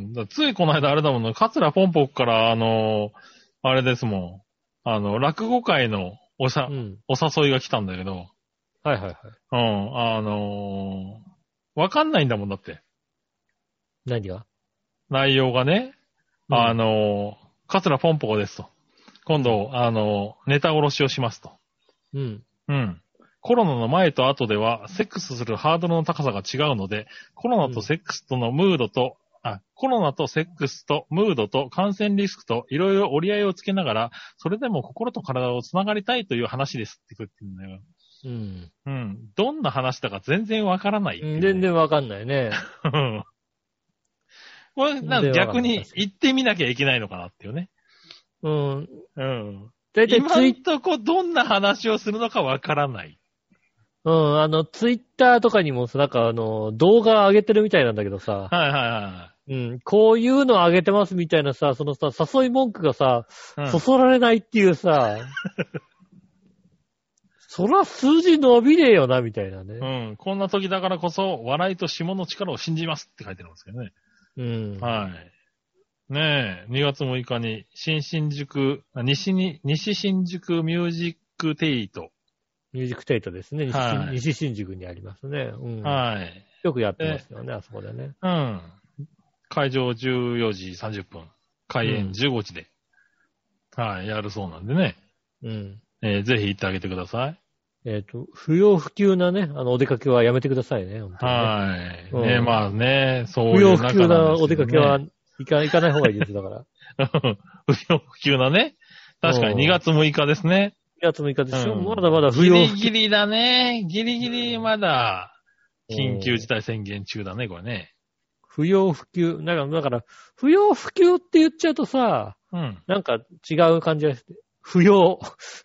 だついこの間あれだもんね、桂ポンポクからあの、あれですもん。あの、落語会のおさ、うん、お誘いが来たんだけど。 はいはいはい。 うん。あのー、わかんないんだもんだって。 何が？ 内容がね。うん、あのー、桂ポンポコですと。今度、あのー、ネタ殺しをしますと。 うん。 うん。コロナの前と後では、セックスするハードルの高さが違うので、コロナとセックスとのムードと、うん、あ、コロナとセックスとムードと感染リスクといろいろ折り合いをつけながら、それでも心と体をつながりたいという話ですって言ってるんだよ。 うん。 うん。どんな話だか全然わからない、 ね、全然わかんないね。 これ、なんか逆に行ってみなきゃいけないのかなっていうね。 うん。 うん。 だいたい今んとこどんな話をするのかわからない。 うん、あの、ツイッターとかにもさ、なんかあの、動画上げてるみたいなんだけどさ、 はいはいはうん、こういうの上げてますみたいなさ、そのさ、誘い文句がさ、 い。うんそそられないっていうさ、そら数字伸びねえよな、みたいなね。 うん。こんな時だからこそ、笑いと下の力を信じますって書いてるんですけどね。 うん。 はい。ねえ、にがつむいかに、新新宿、あ西に、西新宿ミュージックテイト。 ミュージックテイトですね。西,、 はい西新宿にありますね。うん。 はい。 よくやってますよね、あそこでね。 うん。会場じゅうよじさんじゅっぷん。開演じゅうごじで。はい、やるそうなんでね。 うん。 えーぜひ行ってあげてください。 えっ、と、不要不急なね、あの、お出かけはやめてくださいね、本当にね。 はい。 うんねまあね、そう不要不いう中なんですよね急なお出かけは行か行かない方がいいです、だから。 不要不急なね。確かににがつむいかですね。 にがつむいかでしょ、 うんまだまだ不ギリ要不急。 ギリだね。ギリギリまだ、緊急事態宣言中だね、これね。 不要不急。だから、だから、不要不急って言っちゃうとさ、 うん。 なんか違う感じがして、不要。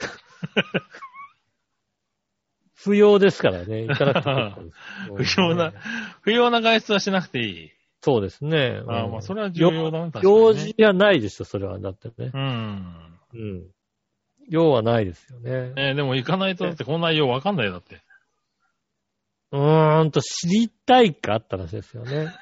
不要ですからね。行かなくて結構です。 不要な、不要な外出はしなくていい。 そうですね。 ああ、 うんまあ、それは重要だね、確かに、ね。 用事じゃないでしょ、それは。だってね。 うん。 うん。用はないですよね。 えーでも行かないとだってこの内容わかんないよ、だって。 うーんと、知りたいかって話ですよね。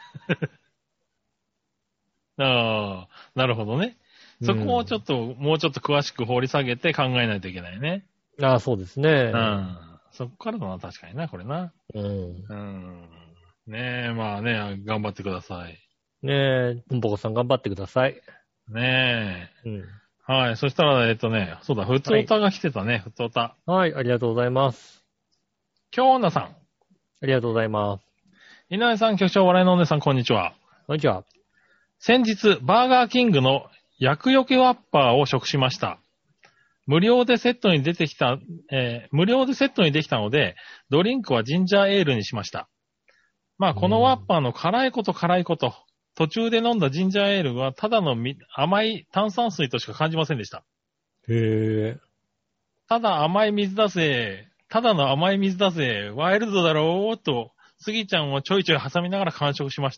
ああ、なるほどね。そこをちょっと、もうちょっと詳しく掘り下げて考えないといけないね。 ああ、そうですね。 うん。そこからだな、確かにな、これな。 うん。 うん。ねえ、まあね、頑張ってください。 ねえ、ポンポコさん頑張ってください。 ねえ。 うん。 はい。そしたら、えっとね、そうだ、ふつおたが来てたね、ふつおた。 はい、ありがとうございます。 京女さん。 ありがとうございます。 井上さん、局長、笑いのお姉さん、こんにちは。 こんにちは。 先日、バーガーキングの薬よけワッパーを食しました。無料でセットに出てきた、えー無料でセットにできたので、ドリンクはジンジャーエールにしました。まあ、このワッパーの辛いこと辛いこと、途中で飲んだジンジャーエールはただのみ甘い炭酸水としか感じませんでした。 へえ。 ただ甘い水だぜ、ただの甘い水だぜ、ワイルドだろうと、スギちゃんをちょいちょい挟みながら完食しました。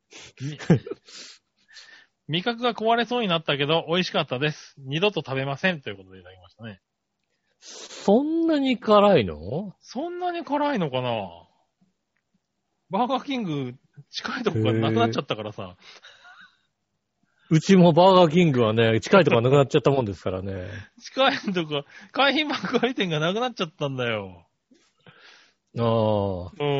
味覚が壊れそうになったけど、美味しかったです。二度と食べません。ということでいただきましたね。 そんなに辛いの？ そんなに辛いのかな？バーガーキング、近いとこがなくなっちゃったからさ。 うちもバーガーキングはね、近いとこがなくなっちゃったもんですからね。 近いとこ、海浜爆破店がなくなっちゃったんだよ。 ああ。 うん。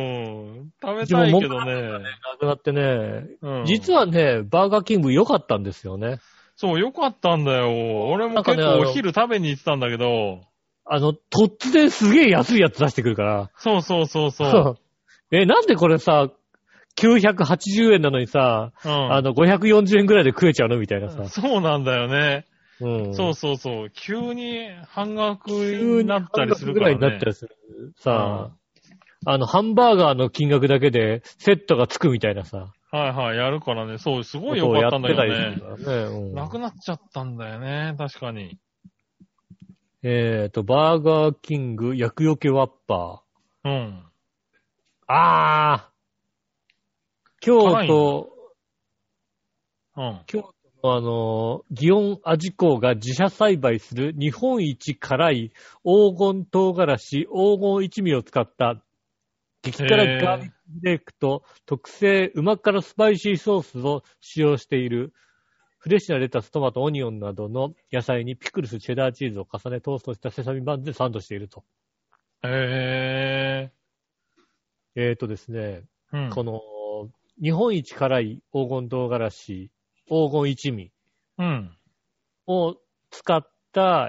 食べたいけどね。 なくなってね、 うん、 実はね、バーガーキング良かったんですよね。 そう、良かったんだよ。俺も結構お昼食べに行ってたんだけど。 あの、突然すげえ安いやつ出してくるから。 そうそうそうそう。 え、なんでこれさ、きゅうひゃくはちじゅうえんなのにさ、うん、あの、ごひゃくよんじゅうえんぐらいで食えちゃうのみたいなさ。 そうなんだよね。 うん、そうそうそう。急に半額になったりするからね。 急に半額ぐらいになったりする。さ、うん、あの、ハンバーガーの金額だけでセットがつくみたいなさ。 はいはい、やるからね。そう、すごい良かったんだけどね。 ねうん、 なくなっちゃったんだよね。確かに。 えーと、バーガーキング薬よけワッパー。うん。 あー。京都、 うん。 京都のあの、祇園味港が自社栽培する日本一辛い黄金唐辛子黄金一味を使った激辛ガーリックフレークと特製旨辛スパイシーソースを使用しているフレッシュなレタス、トマト、オニオンなどの野菜にピクルス、チェダーチーズを重ねトーストしたセサミバンズでサンドしていると。 へー。えーとですね、 うん、 この日本一辛い黄金唐辛子、黄金一味を使った、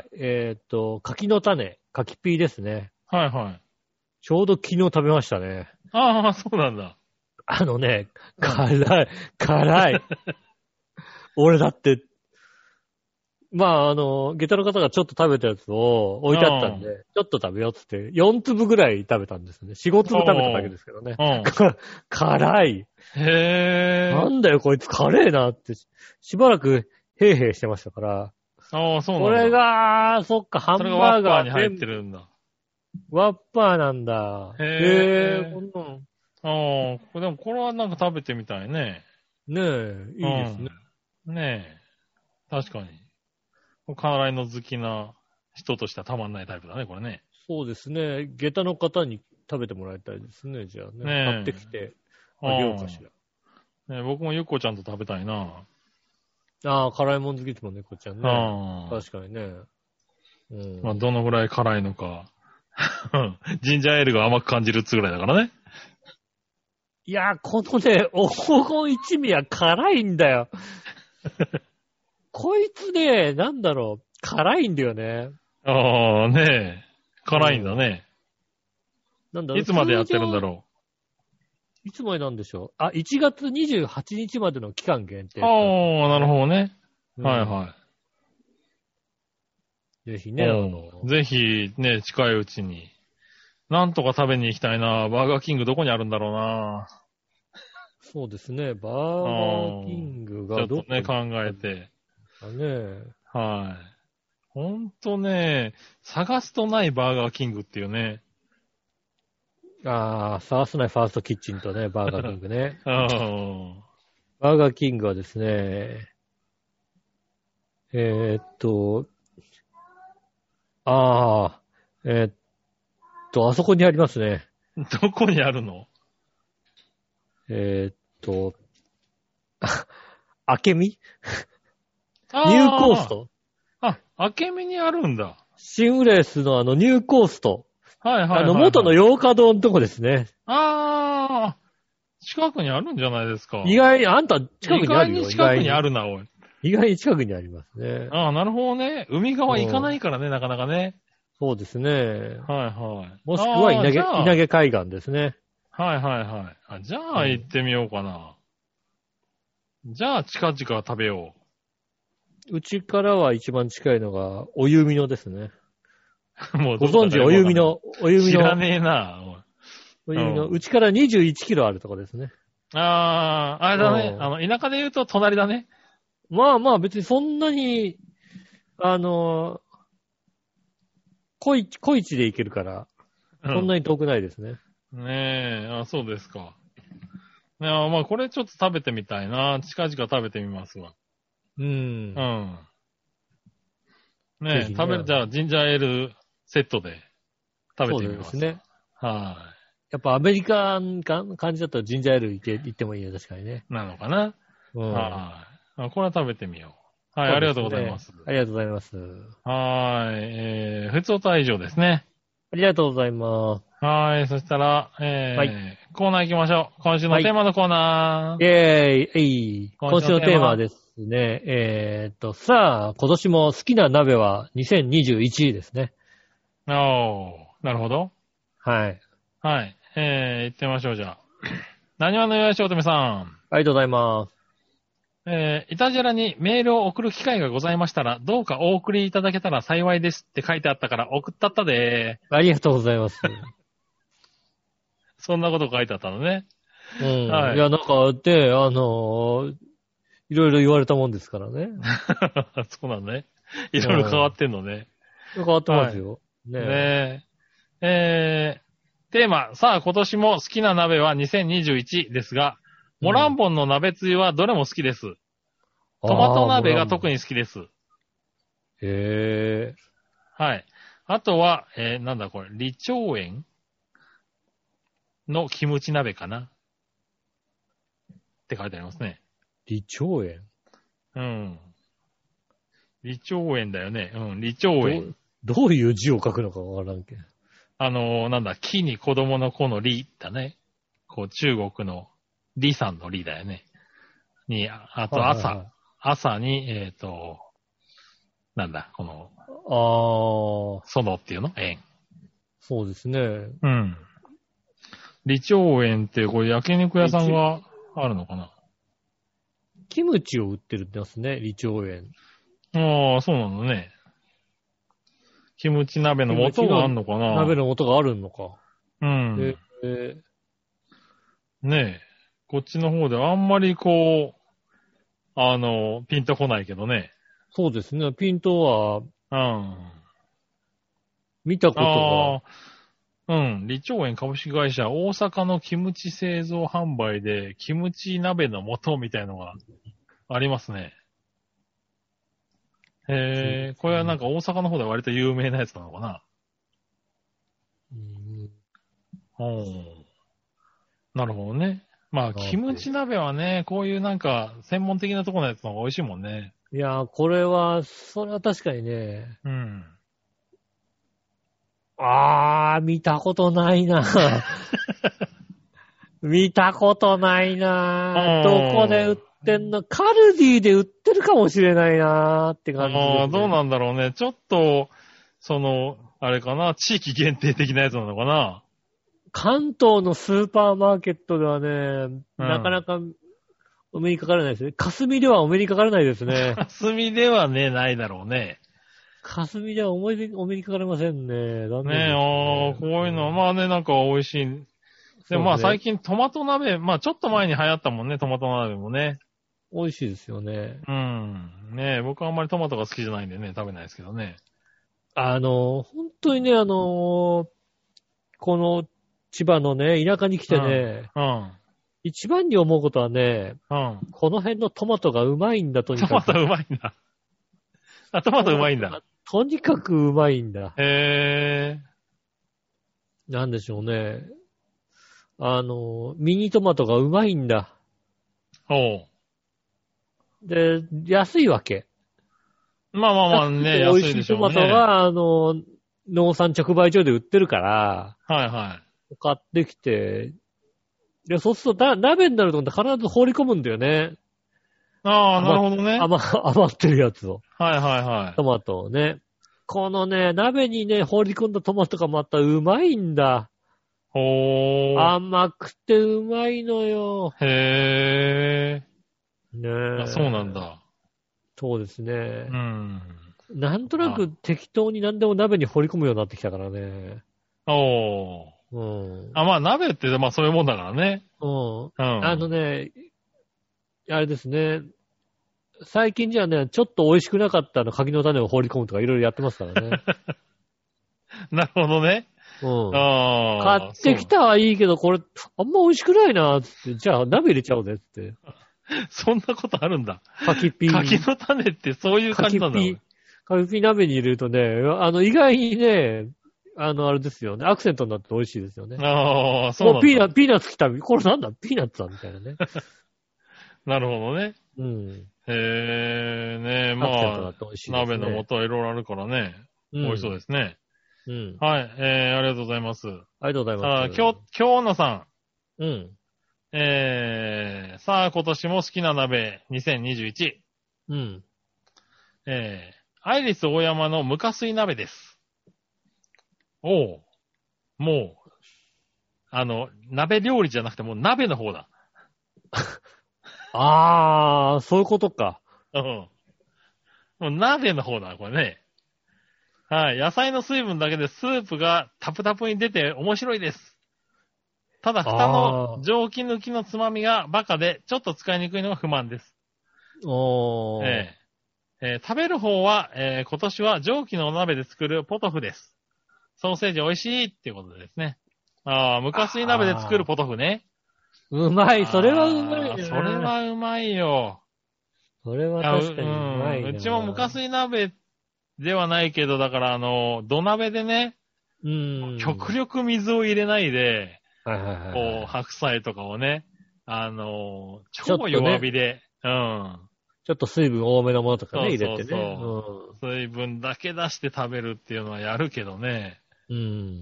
えっと、柿の種、柿ピーですね。 はいはい。 ちょうど昨日食べましたね。 ああ、そうなんだ。 あのね、辛い、辛い。俺だって、まあ、あの、下駄の方がちょっと食べたやつを置いてあったんで、ちょっと食べようっつって、よん粒ぐらい食べたんですね。よん、ご粒食べただけですけどね。辛い。 へぇー。 なんだよこいつ辛いなって、しばらくヘーヘーしてましたから。 ああ、そうなんだ。 これが、そっか、ハンバーガーに入ってるんだ。 ワッパーなんだ。 へへーえ、こんなん。 ああ、でもこれはなんか食べてみたいね。 ねえ、いいですね。 うん。ねえ。確かに。辛いの好きな人としてはたまんないタイプだね、これね。 そうですね。下駄の方に食べてもらいたいですね、じゃあね。 ねえ買ってきてあげようかしら。 ねえ僕もゆっこちゃんと食べたいな。 ああ、辛いもん好きですもんね、こっちゃんね。 ああ。 確かにね。うん。 まあ、どのぐらい辛いのか。ジンジャーエールが甘く感じるっつぐらいだからね。 いやー、このね、黄金一味は辛いんだよ。こいつね、なんだろう、辛いんだよね。 ああ、ねえ。辛いんだね。 なんだろう。 いつまでやってるんだろう。いつまでなんでしょう。あ、いちがつにじゅうはちにちまでの期間限定。 う。ああ、なるほどね。 うんはいはぜひい。 ね、あうんの、 ぜひね、近いうちに。なんとか食べに行きたいな。バーガーキングどこにあるんだろうな。 そうですね、バーガーキングちょっとね、 がどこに考えて。 かね。 はい。ほんとね、探すとないバーガーキングっていうね。 ああ、探すないファーストキッチンとね、バーガーキングね。 うん。 バーガーキングはですね、えーっと、ああ、えーっと、あそこにありますね。 どこにあるの？ えーっと、あけみあニューコーストあ、あけみにあるんだ。 シングレースのあのニューコースト。 はいはいはい、はい。 あの元の洋華堂のとこですね。 ああ、近くにあるんじゃないですか。 意外に、あんた近くにあるよ。 意外に近くにあるな、おい。 意外に近くにありますね。 ああ、なるほどね。海側行かないからね、なかなかね。 そうですね。 はいはい。 もしくは稲毛、 あー稲毛海岸ですね。 はいはいはい。あじゃあ行ってみようかな。じゃあ近々食べようちからは一番近いのが、お湯見のですね。 う。もうご存知、お湯見の、お湯見の、 知らねえな。 お湯見の、 うんうちからにじゅういちキロあるとこですね。 ああ、あれだね。 うんあの、田舎で言うと隣だね。 まあまあ別にそんなに、あの、小市、小市で行けるから、 うそんなに遠くないですね。 ねえ、あ、そうですか。いや、まあこれちょっと食べてみたいな。近々食べてみますわ。 うん。 うん。ねえ、 ぜひね食べる、じゃあジンジャーエールセットで食べてみます。 そうですね。 はやっぱアメリカン感じだったらジンジャーエール行って行ってもいいよ、確かにね。 い。なのかな。 うん。 はい。あこれは食べてみよう。はい、 そうですねありがとうございます。 ありがとうございます。 はーい。えー、ふつおたは以上ですね。 ありがとうございます。 はーい。そしたら、えー、 はいコーナー行きましょう。今週のテーマのコーナー。 イェーイ、えい。今今週のテーマ週のテーマはですね、えーっと、さあ、今年も好きな鍋はにせんにじゅういちですね。 おー、なるほど。 はい。 はい。えー、行ってみましょう、じゃあ。何話のよやしおとめさん。 ありがとうございます。 えー、いたじらにメールを送る機会がございましたら、どうかお送りいただけたら幸いですって書いてあったから送ったったでありがとうございます。 そんなこと書いてあったのね。 うん。 はいいや、なんか、で、あのーいろいろ言われたもんですからね。 そうなんね。いろいろ変わってんのね。 変わってますよ。ねねえ。えー、テーマ、さあ今年も好きな鍋はにせんにじゅういちですが、モランボンの鍋つゆはどれも好きです。トマト鍋が特に。 に好きです。 へはい。あとは、えー、なんだこれ、李長園のキムチ鍋かなって書いてありますね。 ー。李長園うん。李長園だよね。うん、李長園。 どどういう字を書くのかわからんけど。 あのー、なんだ、木に子供の子の李だね。こう、中国の李さんの李だよね。に、ああと朝、 はいはいはい朝に、えっ、と、なんだ、この、 ああ、 そのっていうの園。 そうですね。 うん。李長園って、これ焼肉屋さんがあるのかなキムチを売ってるってますね、李長園。 ああ、そうなのね。キムチ鍋の素があんのかな鍋の素があるのか。 うん。 えーねえ。こっちの方であんまりこう、あの、ピンとこないけどね。 そうですね。ピントはうん。 見たことああ、 うん。李長園株式会社、大阪のキムチ製造販売で、キムチ鍋の素みたいのがありますね。へえ、これはなんか大阪の方で割と有名なやつなのかな。 うん。 おー。なるほどね。まあ、キムチ鍋はね、こういうなんか、専門的なところのやつの方が美味しいもんね。 いやー、これは、それは確かにね。 うん。 あー、見たことないな。見たことないな。どこで売ってんの？カルディで売ってるかもしれないなーって感じです、ね。 ああ、どうなんだろうね。ちょっと、その、あれかな、地域限定的なやつなのかな。 関東のスーパーマーケットではね、うん、なかなかお目にかからないですね。霞ではお目にかからないですね。 霞ではね、ないだろうね。 霞ではお目に、お目にかかれませんね。残念ですね。 ねえ、ああ、こういうのは、まあね、なんか美味しい。でもまあ最近トマト鍋、まあちょっと前に流行ったもんね、トマト鍋もね。 美味しいですよね。 うん。ねえ、僕はあんまりトマトが好きじゃないんでね、食べないですけどね。 あの、本当にね、あの、この千葉のね、田舎に来てね、 うん。うん。 一番に思うことはね、 うん。 この辺のトマトがうまいんだ、とにかく。 トマトうまいんだ。あ、トマトうまいんだ。 とにかくうまいんだ。 へえ。 なんでしょうね。あの、ミニトマトがうまいんだ。 おう。 で、安いわけ。 まあまあまあね、 美安味しいトいでしょうね。 マトが、あの、農産直売所で売ってるから、 はいはい。 買ってきて、で、そうすると、だ鍋になると必ず放り込むんだよね。 ああ、なるほどね。 余、余ってるやつを。 はいはいはい。 トマトをね。このね、鍋にね、放り込んだトマトがまたうまいんだ。 ほー。 甘くてうまいのよ。 へねー。 え。 あ、そうなんだ。 そうですね。 うん。 なんとなく適当に何でも鍋に放り込むようになってきたからね。 おー。 うん。 あ、まあ鍋ってまあそういうもんだからね。 うん。 うん。 あのね、あれですね。最近じゃね、ちょっと美味しくなかったの柿の種を放り込むとかいろいろやってますからね。 なるほどね。 うん。 あ買ってきたはいいけど、これ、あんま美味しくないな、つって。じゃあ、鍋入れちゃおうぜ、つって。 そんなことあるんだ。 柿ピー。 柿の種ってそういう感じなんだ。 柿ピー。柿ピー鍋に入れるとね、あの、意外にね、あの、あれですよね。アクセントになって美味しいですよね。 ああ、そうなんだ。 もうピーナッツ、ピーナッツ来た。これなんだピーナッツだみたいなね。 なるほどね。 うん。 へえ、ねえ、まあ、鍋の素はいろいろあるからね。美味しそうですね。 うん。 はい、えー、ありがとうございます。 ありがとうございます。 あ、今日、今日のさん。うん。 えー、さあ今年も好きな鍋にせんにじゅういち。 うん。 えー、アイリス大山の無加水鍋です。おう。もう、あの、鍋料理じゃなくてもう鍋の方だ。 あー、そういうことか。 うん。もう鍋の方だ、これね。はい。野菜の水分だけでスープがタプタプに出て面白いです。ただ、蓋の蒸気抜きのつまみがバカで、ちょっと使いにくいのが不満です。 おー。 えーえー、食べる方は、えー、今年は蒸気のお鍋で作るポトフです。ソーセージ美味しいっていうことですね。ああ、無加水鍋で作るポトフね。 うまい。それはうまいね。 それはうまいよ。 それは確かにうまいな。 うん。うちも無加水鍋ではないけど、だからあの、土鍋でね、 うん。 極力水を入れないで、 はいはいはい。 こう、白菜とかをね、あの、超弱火で、ね、うん。 ちょっと水分多めのものとかね、 そうそうそう入れてね。 うん。水分だけ出して食べるっていうのはやるけどね。 うん。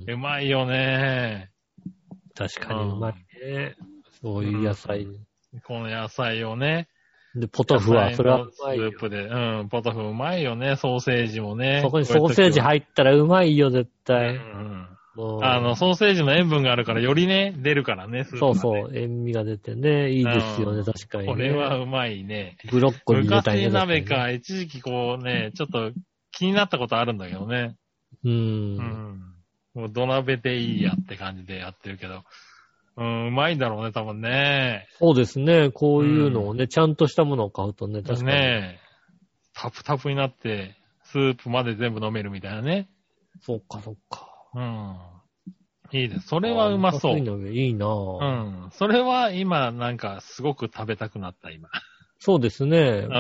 うまいよね。 確かにうまいね。そういう野菜、うん。 この野菜をね。 で、ポトフは、それはうまいよ。 スープで。うん、ポトフうまいよね。ソーセージもね。 そこにソーセージ入ったらうまいよ、絶対。うん。 あの、ソーセージの塩分があるからよりね、出るからね、スープ、ね。 そうそう、塩味が出てね、いいですよね、確かにね。 これはうまいね。 ブロッコリー入れたいね。 昔鍋か、一時期こうね、ちょっと気になったことあるんだけどね。 うーん。 うん。もう土鍋でいいやって感じでやってるけど。うん、うまいんだろうね、多分ね。 そうですね、こういうのをね、うん、ちゃんとしたものを買うとね、確かに。 ねタプタプになって、スープまで全部飲めるみたいなね。 そっか、そっか。 うん。 いいです。それはうまそう。 ムカスイ鍋いいなぁ。 うん。それは今、なんか、すごく食べたくなった、今。 そうですね。 うん。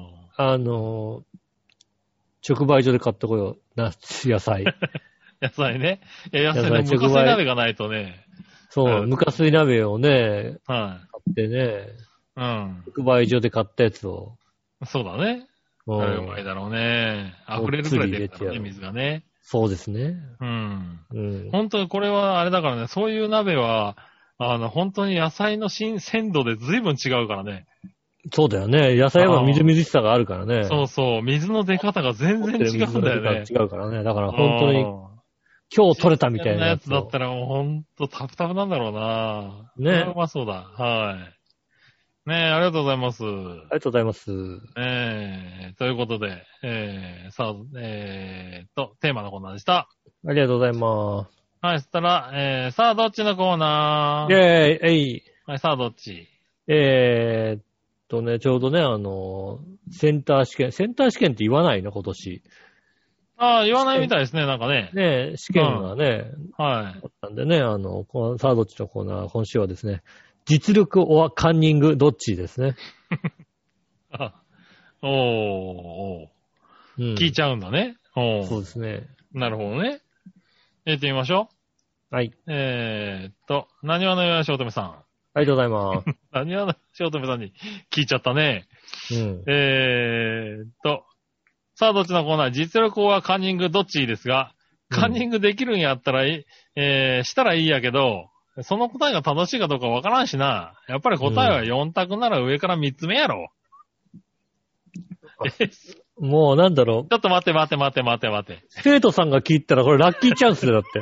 あの、直売所で買ってこよう。な、野菜。 野菜ね。いや、野菜ね、 野菜昔鍋がないとね。 そうう、 んムカスイ鍋をね、 は買ってね、 い。うん。 直売所で買ったやつを。 そうだね。 うんあれうまいだろうね。溢れるくらい出るからね、水がね。 そうですね。 うん。 うん。 本当にこれはあれだからね、そういう鍋は、あの、本当に野菜の新鮮度で随分違うからね。 そうだよね。野菜はみずみずしさがあるからね。 そうそう。水の出方が全然違うんだよね。 違うからね。だから本当にうん今日取れたみたいなややつを。 つだったらもうほんとタプタプなんだろうな。 ねうまそうだ。はい。ねえ、ありがとうございます。 ありがとうございます。 えー、ということで、えー、さあ、えーと、テーマのコーナーでした。 ありがとうございまはい、そしたら、えー、さあ、どっちのコーナす。イーェーイ、えい。 はい、さあ、どっちえーっとね、ちょうどね、あの、センター試験、センター試験って言わないの今年。 ああ、言わないみたいですね、なんかね。 ね、試験がね、 はい。 あったんでね、あの、このさあどっちのコーナー、今週はですね、実力オアカンニングどっちですね。 あおー、おうん、 ー聞いちゃうんだね。おーそうですね。 なるほどね。やってみましょう。 はい。 えーっと、何話のよやしおとめさん。 ありがとうございます。 何話のよしおとめさんに聞いちゃったね。 うん。 えーっと、さあ、どっちのコーナー、実力はカンニングどっちですが、カンニングできるんやったらいい、えー、したらいいやけど、その答えが正しいかどうかわからんしな。やっぱり答えはよん択なら上からみっつめやろ。えもうなんだろう。 ちょっと待って待って待って待って待って。 生徒さんが聞いたらこれラッキーチャンスでだって。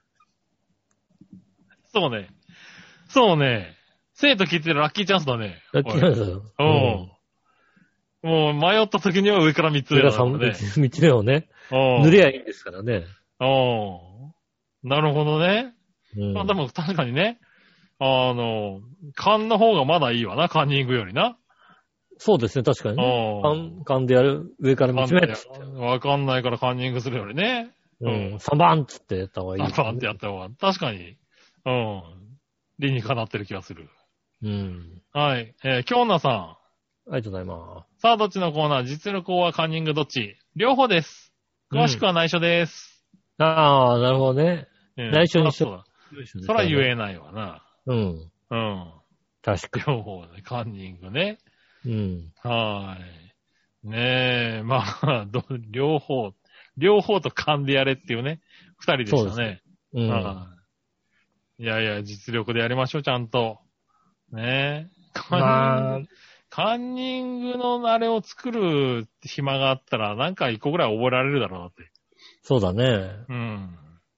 そうね。そうね。生徒聞いてるラッキーチャンスだね。 ラッキーチャンスだよ。 うん。もう迷った時には上からみっつ目上からだからね。 さんつ目をね、 うん。 塗りゃいいんですからね。 うん。なるほどね。 うん、 まあでも確かにね。あの、勘の方がまだいいわな、カンニングよりな。 そうですね、確かにね。 うん。 勘、勘でやる、上から見つめっつって。 わかんないからカンニングするよりね。 うん。さんばんっつってやった方がいい、 あパンってやった方が。確かに。うん。理にかなってる気がする。 うん。 はい。えー、京奈さん。 ありがとうございまさあ、どっちのコーナー実力はカンニングどっち両方です。詳しくは内緒です。 す。ああ、なるほどね。 うん内緒にしとそうだ。そら言えないわな。 うん。 うん。 確か両方で、カンニングね。 に。うん。 はーい。ねえ、まあ、ど両方、両方と勘でやれっていうね、二人でしたね。 うん。 はいいやいや、実力でやりましょう、ちゃんと。ねえ。カンニング、 まあ、 カンニングのあれを作る暇があったら、なんか一個ぐらい覚えられるだろうなって。 そうだね。 うん。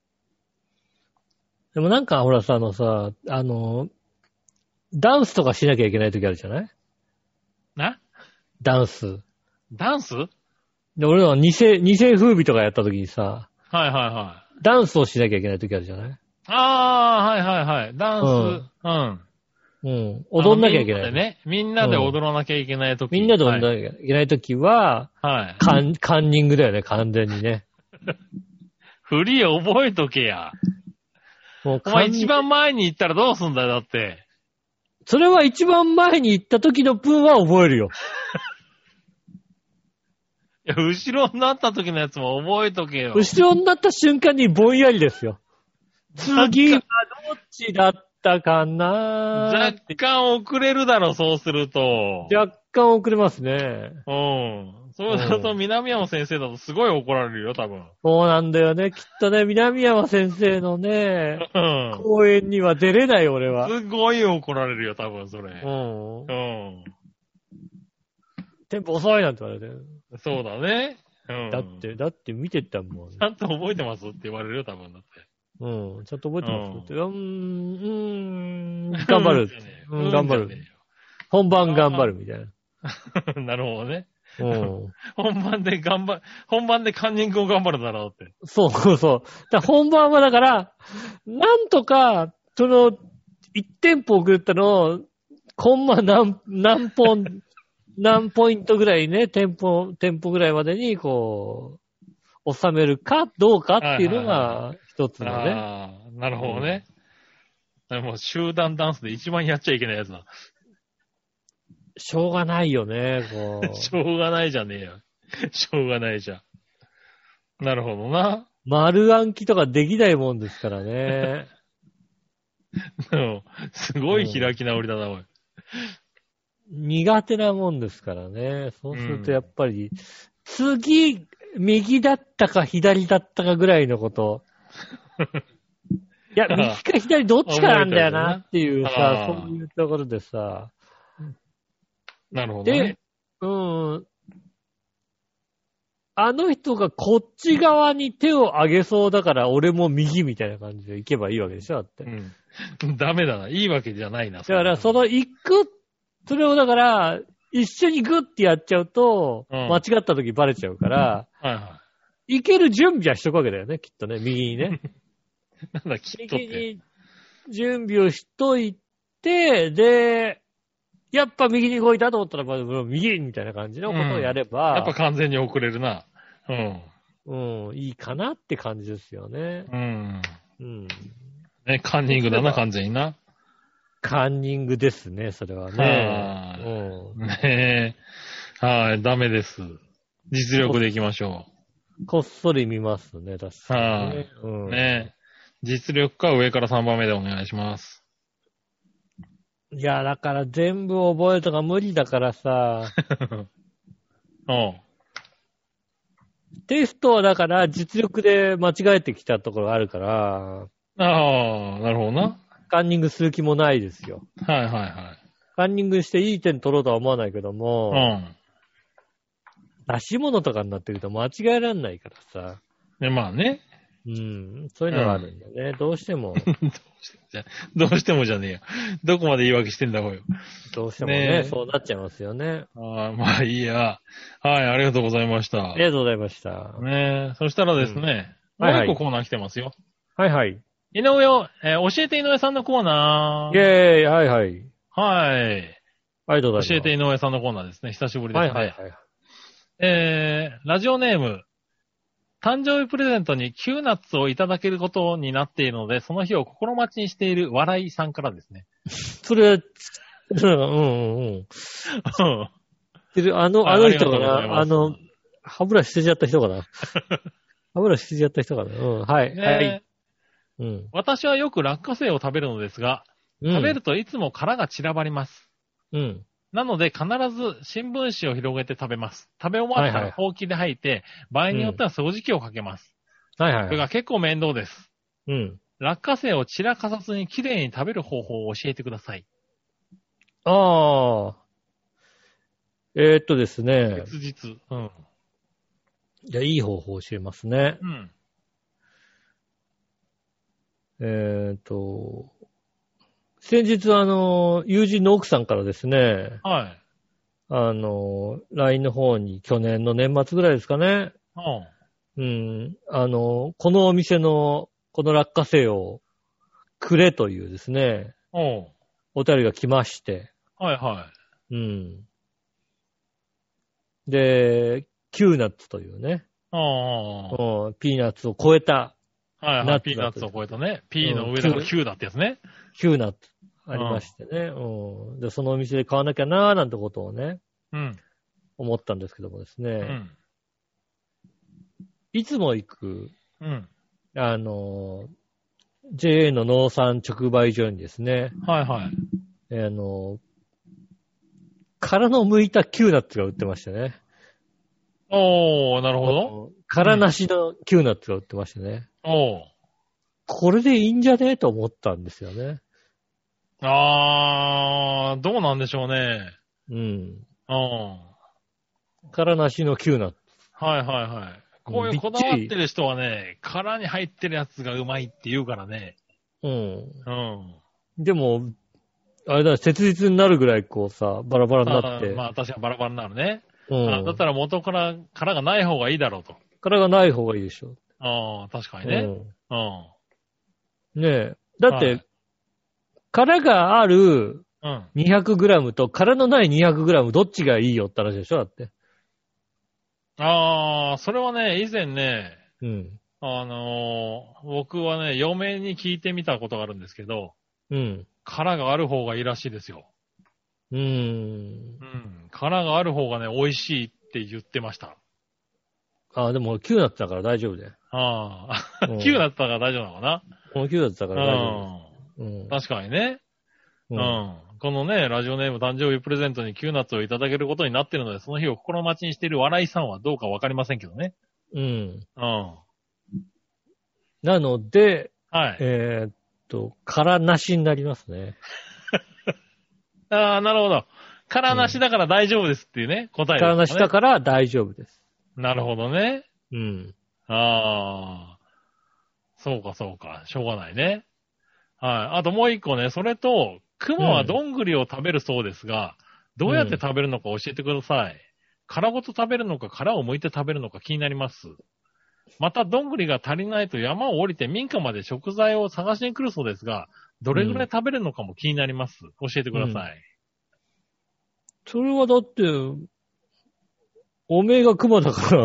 でもなんかほらさ、あのさ、あの、ダンスとかしなきゃいけない時あるじゃないなダンス。 ダンスはいで、俺らは偽、偽風靡とかやった時にさ、 はいはい。 ダンスをしなきゃいけない時あるじゃないああ、はいはいはい。ダンス、うん。 うん。踊んなきゃいけない。 みんなでね。みんなで踊らなきゃいけないとき。 みんなで踊んなはい。 きゃいけない時は、 はい。 カン、カンニングだよね、完全にね。 振り覚えとけや。 もうお前カンニング一番前に行ったらどうすんだよ、だって。 それは一番前に行った時の分は覚えるよ。 いや、後ろになった時のやつも覚えとけよ。 後ろになった瞬間にぼんやりですよ。次はどっちだったかな若干遅れるだろ、そうすると。 若干遅れますね。 うん。そうだと、南山先生だとすごい怒られるよ、多分。 そうなんだよね。きっとね、南山先生のね、 うん。 公演には出れない、俺は。 すごい怒られるよ、多分、それ。 うんう。ん。 テンポ遅いなんて言われて。 そうだね。うん。 だって、だって見てたもん。 ちゃんと覚えてますって言われるよ、多分だって。 うん。ちゃんと覚えてますって。 ううーん、うーん、頑張る。うん、頑張る。 る。 本番頑張るみたいな。 なるほどね。 うん。 本番で頑張、本番でカンニングを頑張るだろうって。 そうそうそう。だ本番はだから、なんとか、その、いちテンポ遅れたのを、コンマ何、何本、何ポイントぐらいね、テンポ、テンポぐらいまでに、こう、 収めるかどうかっていうのが一つのね。 ああ、なるほどね。うん、もう集団ダンスで一番やっちゃいけないやつだ。 しょうがないよね、こう。 しょうがないじゃねえよ。しょうがないじゃん。なるほどな。 丸暗記とかできないもんですからね。 すごい開き直りだな、おい。 苦手なもんですからね。そうするとやっぱり、うん、次、右だったか左だったかぐらいのこと。いや、右か左どっちかなんだよなっていうさ、そういうところでさ。 なるほどね。 で、うん。あの人がこっち側に手を上げそうだから俺も右みたいな感じで行けばいいわけでしょだって。 うん。ダメだな。いいわけじゃないな。 だからその行く、それをだから、一緒にグッてやっちゃうと、うん、間違った時バレちゃうから、 はいはい。 行ける準備はしとくわけだよね、きっとね、右にね。 なんだ、きっとって。 右に準備をしといて、で、やっぱ右に動いたと思ったら、まあ、右みたいな感じのことをやれば、 うん、やっぱ完全に遅れるな。うん。 うん、いいかなって感じですよね。 うん。 うん。 ね、カンニングだな、完全にな。 カンニングですね、それはね。 はうん、ねえ。はい、ダメです。実力でいきましょう。こっそり見ますね、確かに、ね。 はい、うん。ねえ。実力か上からさんばんめでお願いします。 いや、だから全部覚えるとか無理だからさ。 うん。 テストはだから実力で間違えてきたところがあるから。 ああ、なるほどな。 カンニングする気もないですよ。 はいはいはい。 カンニングしていい点取ろうとは思わないけども。 うん。 出し物とかになってると間違えらんないからさ。 ね、まあね。 うん。そういうのがあるんだよね。うん、どうしても。 どうしてどうしてもじゃねえよ。どこまで言い訳してんだ、これ。 どうしてもね、ねそうなっちゃいますよね。 ああ、まあいいや。はい、ありがとうございました。 ありがとうございました。 ねえ、そしたらですね、うん、もう一個コーナー来てますよ。 はいはい。 井上を、えー、教えて井上さんのコーナー。 イェーイ、はいはい。 はい。 ありがとうございます。 教えて井上さんのコーナーですね。久しぶりですね。 はいはいはい。 えー、ラジオネーム、誕生日プレゼントにキューナッツをいただけることになっているので、その日を心待ちにしている笑いさんからですね。 それ、うんうんうん。あの、あの人かな、あの、歯ブラシ捨てちゃった人かな。歯ブラシ捨てちゃった人かな。うん、はい。 ね、 はい。うん。 私はよく落花生を食べるのですが、うん、食べるといつも殻が散らばります。 うん。 なので必ず新聞紙を広げて食べます。食べ終わったらほうきで吐いて、はいはい、場合によっては掃除機をかけます。 うん、はいはい、はい。 それが結構面倒です。 うん。 落花生を散らかさずにきれいに食べる方法を教えてください。 ああ。えー、っとですね。 切実。うん。 じゃあいい方法を教えますね。 うん。 えー、っと、先日あの、友人の奥さんからですね。 はい。 あの、ライン の方に去年の年末ぐらいですかね。 うん。 うん。あの、このお店の、この落花生をくれというですね。 うん。 お便りが来まして。 はいはい。 うん。で、キューナッツというね。 ああ。 ピーナッツを超えた。 はいはい。ピーナッツを超えたね。P の上だから Q だってやつね。 キューナッツありましてね。うん。で、そのお店で買わなきゃなーなんてことをね。 うん。 思ったんですけどもですね。 うん。 いつも行く。 うん。 あの、ジェーエー の農産直売所にですね。 はいはい。 あの、殻の剥いたキューナッツが売ってましたね。 おー、なるほど。 殻なしのキューナッツが売ってましたね。 うん、おー。 これでいいんじゃねえと思ったんですよね。 あー、どうなんでしょうね。 うん。うん。 殻なしのキューナッツ。 はいはいはい。こういうこだわってる人はね、殻に入ってるやつがうまいって言うからね。 うん。 うん。 でも、あれだ、切実になるぐらいこうさ、バラバラになって。 あまあ確かにバラバラになるね。 うん。 あだったら元から殻がない方がいいだろうと。 殻がない方がいいでしょ。 ああ、確かにね。うん。 うん、ねえ。だって、はい、殻がある にひゃくグラム と殻のない にひゃくグラム どっちがいいよって話でしょだって。 ああ、それはね、以前ね、 うん。 あのー僕はね、嫁に聞いてみたことがあるんですけど、 うん。 殻がある方がいいらしいですよ。 うーん。 うん。殻がある方がね、美味しいって言ってました。 あ、でもきゅうナッツだから大丈夫だよ。 ああ、 うんきゅうだったから大丈夫なのかな。 このきゅうナッツだから大丈夫。 うん。 うん。 確かにね。 ううんん。このね、ラジオネーム誕生日プレゼントにキューナッツをいただけることになっているので、その日を心待ちにしている笑いさんはどうかわかりませんけどね。 うん。 うん。 なので、 はい。 えーっと、殻なしになりますね。 ああ、なるほど。殻なしだから大丈夫ですっていうね、答えですかね。 殻なしだから大丈夫です。 なるほどね。 うん。 ああ。そうか、そうか。しょうがないね。はい。あともう一個ね、それと、熊はどんぐりを食べるそうですが、どうやって食べるのか教えてください。殻ごと食べるのか、殻を剥いて食べるのか気になります。また、どんぐりが足りないと山を降りて民家まで食材を探しに来るそうですが、どれぐらい食べるのかも気になります。教えてください。 それはだって、おめえが熊だから、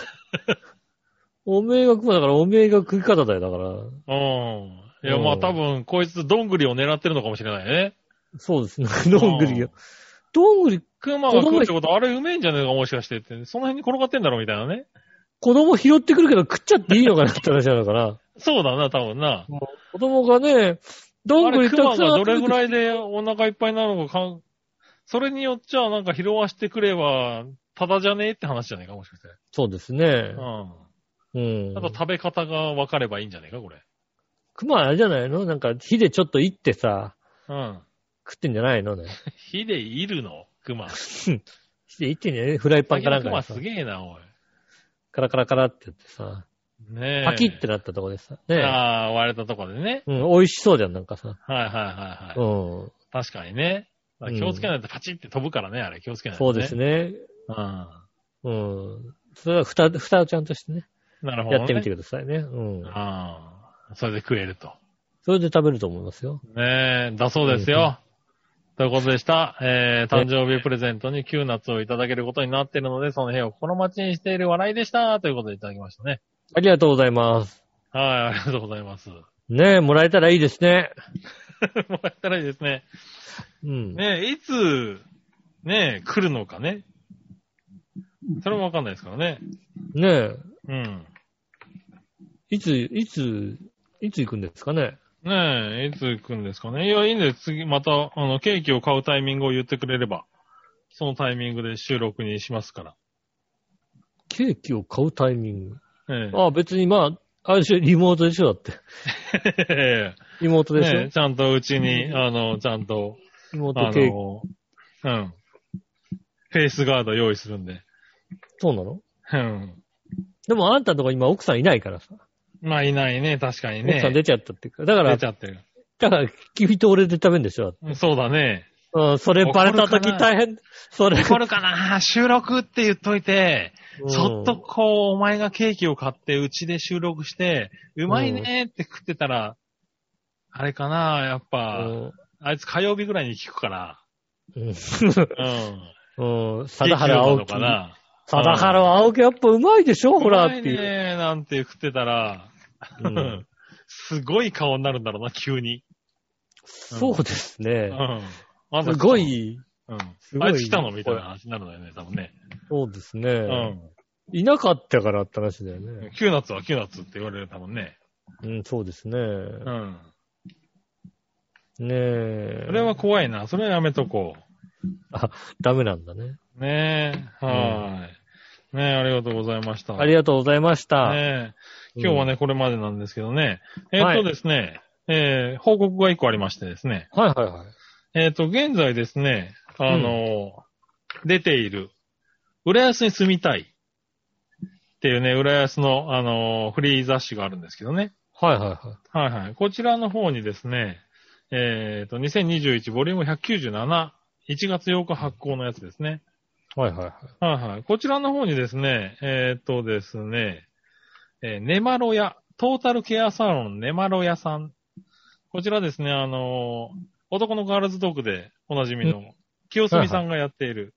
おめえが熊だから、おめえが食い方だよ、だから。 うん。いや、まあ多分、こいつどんぐりを狙ってるのかもしれないね。 そうですね。どんぐりが。どんぐり、 熊が食うってこと、あれうめえんじゃねえかもしかしてって、その辺に転がってんだろみたいなね。 子供拾ってくるけど食っちゃっていいのかなって話なのかな。 そうだな、多分な。 子供がね、どんぐりあれ熊がどれぐいらいでお腹いっぱいになるのかかん、それによっちゃなんか拾わしてくれば、ただじゃねえって話じゃねえか、もしかして。 そうですね。 うん。 うん。 あと食べ方が分かればいいんじゃねえか、これ。 熊あれじゃないのなんか火でちょっといってさ、 うん。 食ってんじゃないのね。 火でいるの熊。 火でいってんじゃないフライパンかなんか熊でさすげえな、おい。 カラカラカラって言ってさ、 ねえ。 パキってなったとこでさ、ねああ、割れたとこでね。 うん、美味しそうじゃん、なんかさ。 はいはいはいはい。 うん。 確かにね。 うん気をつけないとパチって飛ぶからね、あれ。気をつけないと、ね。 そうですね。 うん。 うん。それは蓋、蓋をちゃんとしてね。 なるほど、ね。 やってみてくださいね。うん。 ああ。それで食えると。 それで食べると思いますよ。 ねえ、だそうですよ。ということでした。えー、誕生日プレゼントにキューナッツをいただけることになっているので、その日を心待ちにしている笑いでした。ということでいただきましたね。 ありがとうございます。 はい、ありがとうございます。 ねえ、もらえたらいいですね。 もらったらいいですね。 うん。 ねえ、いつ、ねえ、来るのかね。それもわかんないですからね。 ねえ、 うん。 いつ、いつ、いつ行くんですかね。 ねえ、いつ行くんですかね。いや、いいんです。次、また、あの、ケーキを買うタイミングを言ってくれれば、そのタイミングで収録にしますから。 ケーキを買うタイミング。 ええ、 ああ、別にまあ、あれでしょ、リモートでしょ、だって。リモートでしょ。 ねえ、ちゃんとうちに、あの、ちゃんと、 リモーあトケーキ。 の、うん。フェイスガード用意するんで。 そうなのうん。 でもあんたのとこ今奥さんいないからさ。 まあ、いないね、確かにね。 奥さん出ちゃったっていうか。だから、 出ちゃってる。 だから、君と俺で食べるんでしょ。 そうだね。 うん、それバレた時大変。それ。 怒るかな収録って言っといて、 うんそっとこう、お前がケーキを買って、うちで収録して、うまいねーって食ってたら、あれかなやっぱ、あいつ火曜日ぐらいに聞くから。 うん。 うん。 うん。貞治青木。 かな貞治青木やっぱうまいでしょほらっていう。 うまいねーなんて食ってたら、 うん、 すごい顔になるんだろうな、急に。 そうですね。 うん。 すごい、 うん。 すごいあいつ来たのみたいな話になるんだよね、多分ね。 そうですね。 うん。 いなかったからって話だよね。 キューナッツはキューナッツって言われる多分ね。 うん、そうですね。 うん。 ねえ。 それは怖いな。それはやめとこう。 あ、ダメなんだね。 ねえ。はーい。ねえ、ありがとうございました。 ありがとうございました。 ねえ。今日はね、 うん、 これまでなんですけどね。えーっとですね、はい、えー、報告が一個ありましてですね。 はいはいはい。 えーっと、現在ですね、あのーうん、出ている、浦安に住みたいっていうね、浦安の、あのー、フリー雑誌があるんですけどね。 はいはいはい。 はいはい。こちらの方にですね、えーっと、にせんにじゅういちボリュームひゃくきゅうじゅうなな、いちがつようか発行のやつですね。 はいはいはい。 はいはい。こちらの方にですね、えーっとですね、えー、ネマロ屋、トータルケアサロンネマロ屋さん。こちらですね、あのー、男のガールズトークでおなじみの、清澄さんがやっている、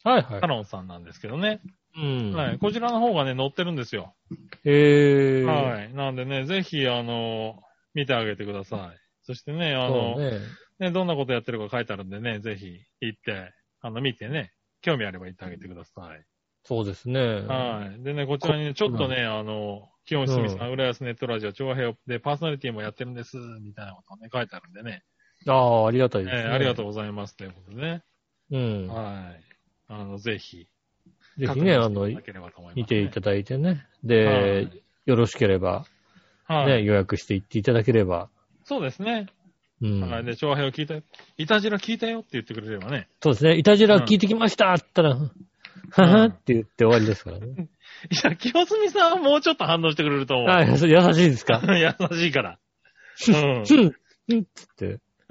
はいはい。 カノンさんなんですけどね。 うん。 はい。こちらの方がね、載ってるんですよ。 へえ。 はい。なんでね、ぜひ、あの、見てあげてください。そしてね、あの、 そうね。 ね、どんなことやってるか書いてあるんでね、ぜひ行って、あの、見てね、興味あれば行ってあげてください。 そうですね。 はい。でね、こちらにね、ちょっとね、あの、清水澄さん、浦安ネットラジオ、調和平和でパーソナリティもやってるんです、みたいなことをね、書いてあるんでね。 ああ、ありがたいですね。 えーありがとうございます、ということでね。 うん。 はい。あの、ぜひ。 ぜひね、あの、見ていただいてね。で、はい、よろしければ、はい、ね、予約して行っていただければ。 そうですね。 うん。 はい。で、調和平和聞いたよ。いたじら聞いたよって言ってくれればね。 そうですね。いたじら聞いてきましたって言ったら、ははって言って終わりですからね。 いや、清澄さんはもうちょっと反応してくれると思う。 あ、優しいですか優しいから。うん。 うん。つって。 うん。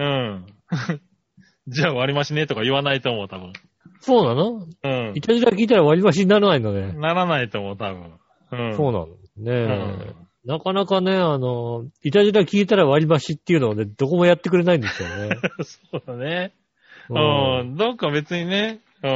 じゃあ割り増しねとか言わないと思う、多分。 そうなのうん。いたじら聞いたら割り増しにならないのね。 ならないと思う、多分。 うん。そうなのね、うん。なかなかね、あの、いたじら聞いたら割り増しっていうのをね、どこもやってくれないんですよね。 そうだね。うん。うん、どっか別にね、うん。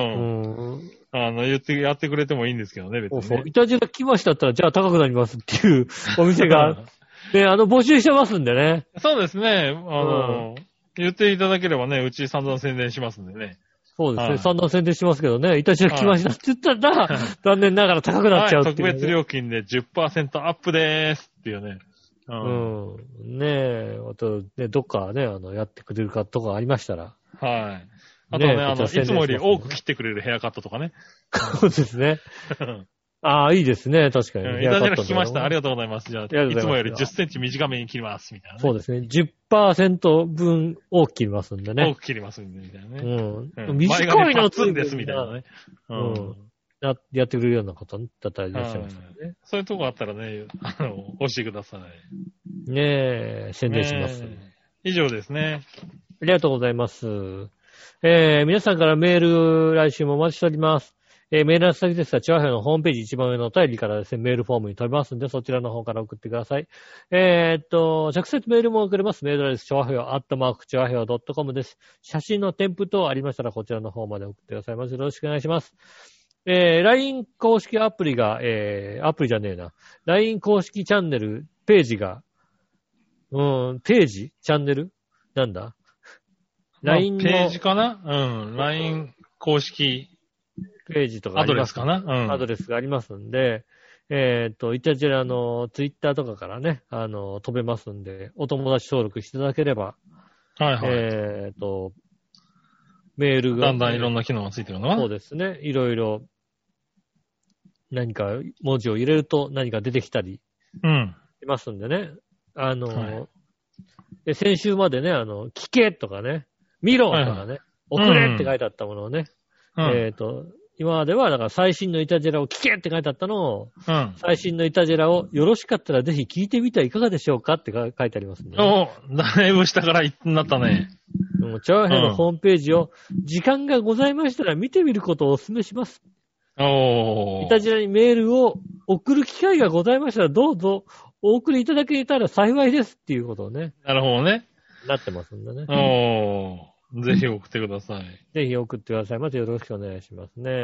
うんあの、言って、やってくれてもいいんですけどね、別に、ね。 そうそう。いたじら来ましたったら、じゃあ高くなりますっていうお店が、ね、あの、募集してますんでね。 そうですね。あの、うん、言っていただければね、うち散々宣伝しますんでね。 そうですね。はい、散々宣伝しますけどね、いたじら来ましたって言ったら、はい、残念ながら高くなっちゃうっていう、ねはい。特別料金で じゅっパーセント アップでーすっていうね。 うん。うん、ねえ、あと、ね、どっかね、あの、やってくれるかとかありましたら。 はい。あとね、ねあの、いつもより多く切ってくれるヘアカットとかね。 そうですね。ああ、いいですね。確かに、ね。 いたじら聞きました。ありがとうございます。じゃあ、いつもよりじゅっセンチ短めに切ります。みたいな、ね。 そうですね。じゅっパーセント 分多く切りますんでね。 多く切りますんで、みたいなね。 うん。短いのつんです、みたいなね。 うん。や、やってくれるような方だったらいらっしゃいますよね。 そういうとこあったらね、あの、押してください。 ねえ、宣伝します。 以上ですね。 ありがとうございます。えー、皆さんからメール、来週もお待ちしております。えー、メールの先ですが、チョアヘヨのホームページ一番上のお便りからですね、メールフォームに飛びますんで、そちらの方から送ってください。えー、っと、直接メールも送れます。メールアドレス、チョアヘヨ、アットマーク、チョアヘヨ .com です。写真の添付等ありましたら、こちらの方まで送ってください。まずよろしくお願いします。えー、ライン 公式アプリが、えー、アプリじゃねえな。ライン 公式チャンネル、ページが、うん、ページチャンネルなんだライン の、まあ、ページかなうん。ライン 公式ページとかアドレスかなうん。 アドレスがありますんで、えっ、ー、と、いたじらのツイッターとかからね、あの、飛べますんで、お友達登録していただければ、 はいはい。 えっ、ー、と、メールが、 だんだんいろんな機能がついてるのかなそうですね。いろいろ、何か文字を入れると何か出てきたり、 うん。 しますんでね。あの、はい、で先週までね、あの、聞けとかね、見ろとかね、はいはい、送れって書いてあったものをね、うん、えっ、ー、と、今までは、だから最新のイタジェラを聞けって書いてあったのを、うん、最新のイタジェラをよろしかったらぜひ聞いてみてはいかがでしょうかって書いてありますね。 おだいぶ下からなったね。 うん、チャーヘイのホームページを、時間がございましたら見てみることをお勧めします。 おー。 イタジェラにメールを送る機会がございましたらどうぞお送りいただけたら幸いですっていうことをね。 なるほどね。 なってますんでね。 おー。ぜひ送ってください。 ぜひ送ってください。まずよろしくお願いしますね。うん。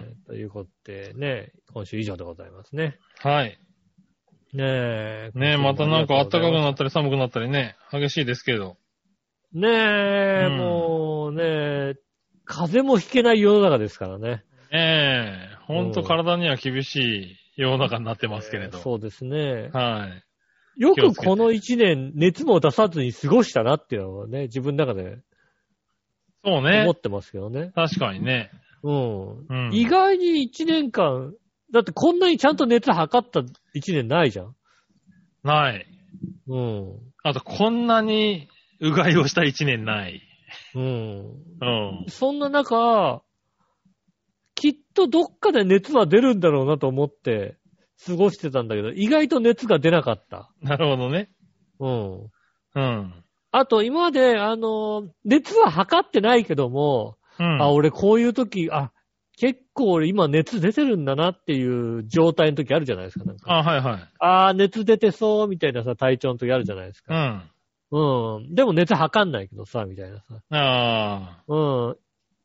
ということでね、今週以上でございますね。 はい。 ねえ。 ねえ、またなんか暖かくなったり寒くなったりね、激しいですけど。 ねえ、うん、もうね、風邪もひけない世の中ですからね。 ねえ、ほんと体には厳しい世の中になってますけれど。 えー、そうですね。 はい。 よくこの一年熱も出さずに過ごしたなっていうのはね、自分の中で。 そうね。 思ってますけどね。 確かにね。 うん。うん、意外に一年間、だってこんなにちゃんと熱測った一年ないじゃん。 ない。 うん。 あとこんなにうがいをした一年ない。 うん。 うん。 そんな中、きっとどっかで熱は出るんだろうなと思って過ごしてたんだけど、意外と熱が出なかった。 なるほどね。 うん。 うん。 あと、今まで、あの、熱は測ってないけども、うん、あ、俺こういう時、あ、結構俺今熱出てるんだなっていう状態の時あるじゃないですか。なんかあ、はいはい。 あ、熱出てそうみたいなさ、体調の時あるじゃないですか。 うん。 うん。でも熱測んないけどさ、みたいなさ。 ああ。 うん。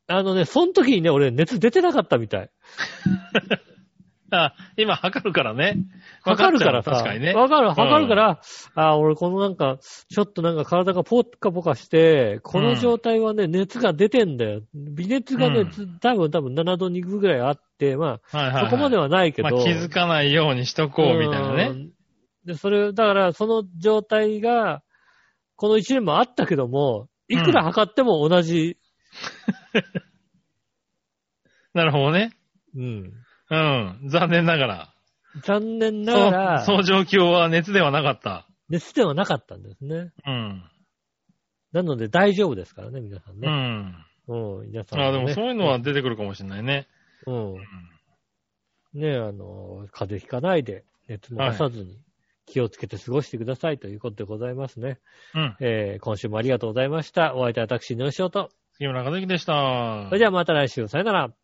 あのね、その時にね、俺熱出てなかったみたい。 あ、今測るからね。 測るからさ。 確かにね。 わかる、測るかうんら、あ、俺このなんか、ちょっとなんか体がポッカポカして、この状態はね、熱が出てんだよ。微熱がね、 うんず多分多分ななどにぶぐらいあって、まあ、 はいはいはい、 そこまではないけど。 まあ、気づかないようにしとこうみたいなね。 うんで、それ、だからその状態が、この一年もあったけども、いくら測っても同じ。 なるほどね。 うん。 うん。残念ながら。 残念ながら、 その状況は熱ではなかった。 熱ではなかったんですね。 うん。 なので大丈夫ですからね、皆さんうね。 ん。 うん。皆さん、ね。 あ、でもそういうのは出てくるかもしれないね。 うん。ねえ、あの、風邪ひかないで、熱も出さずに、気をつけて過ごしてくださいということでございますね。 うん。 えー、今週もありがとうございました。お相手は私、のりしおと。 杉村和之でした。 それではまた来週、さよなら。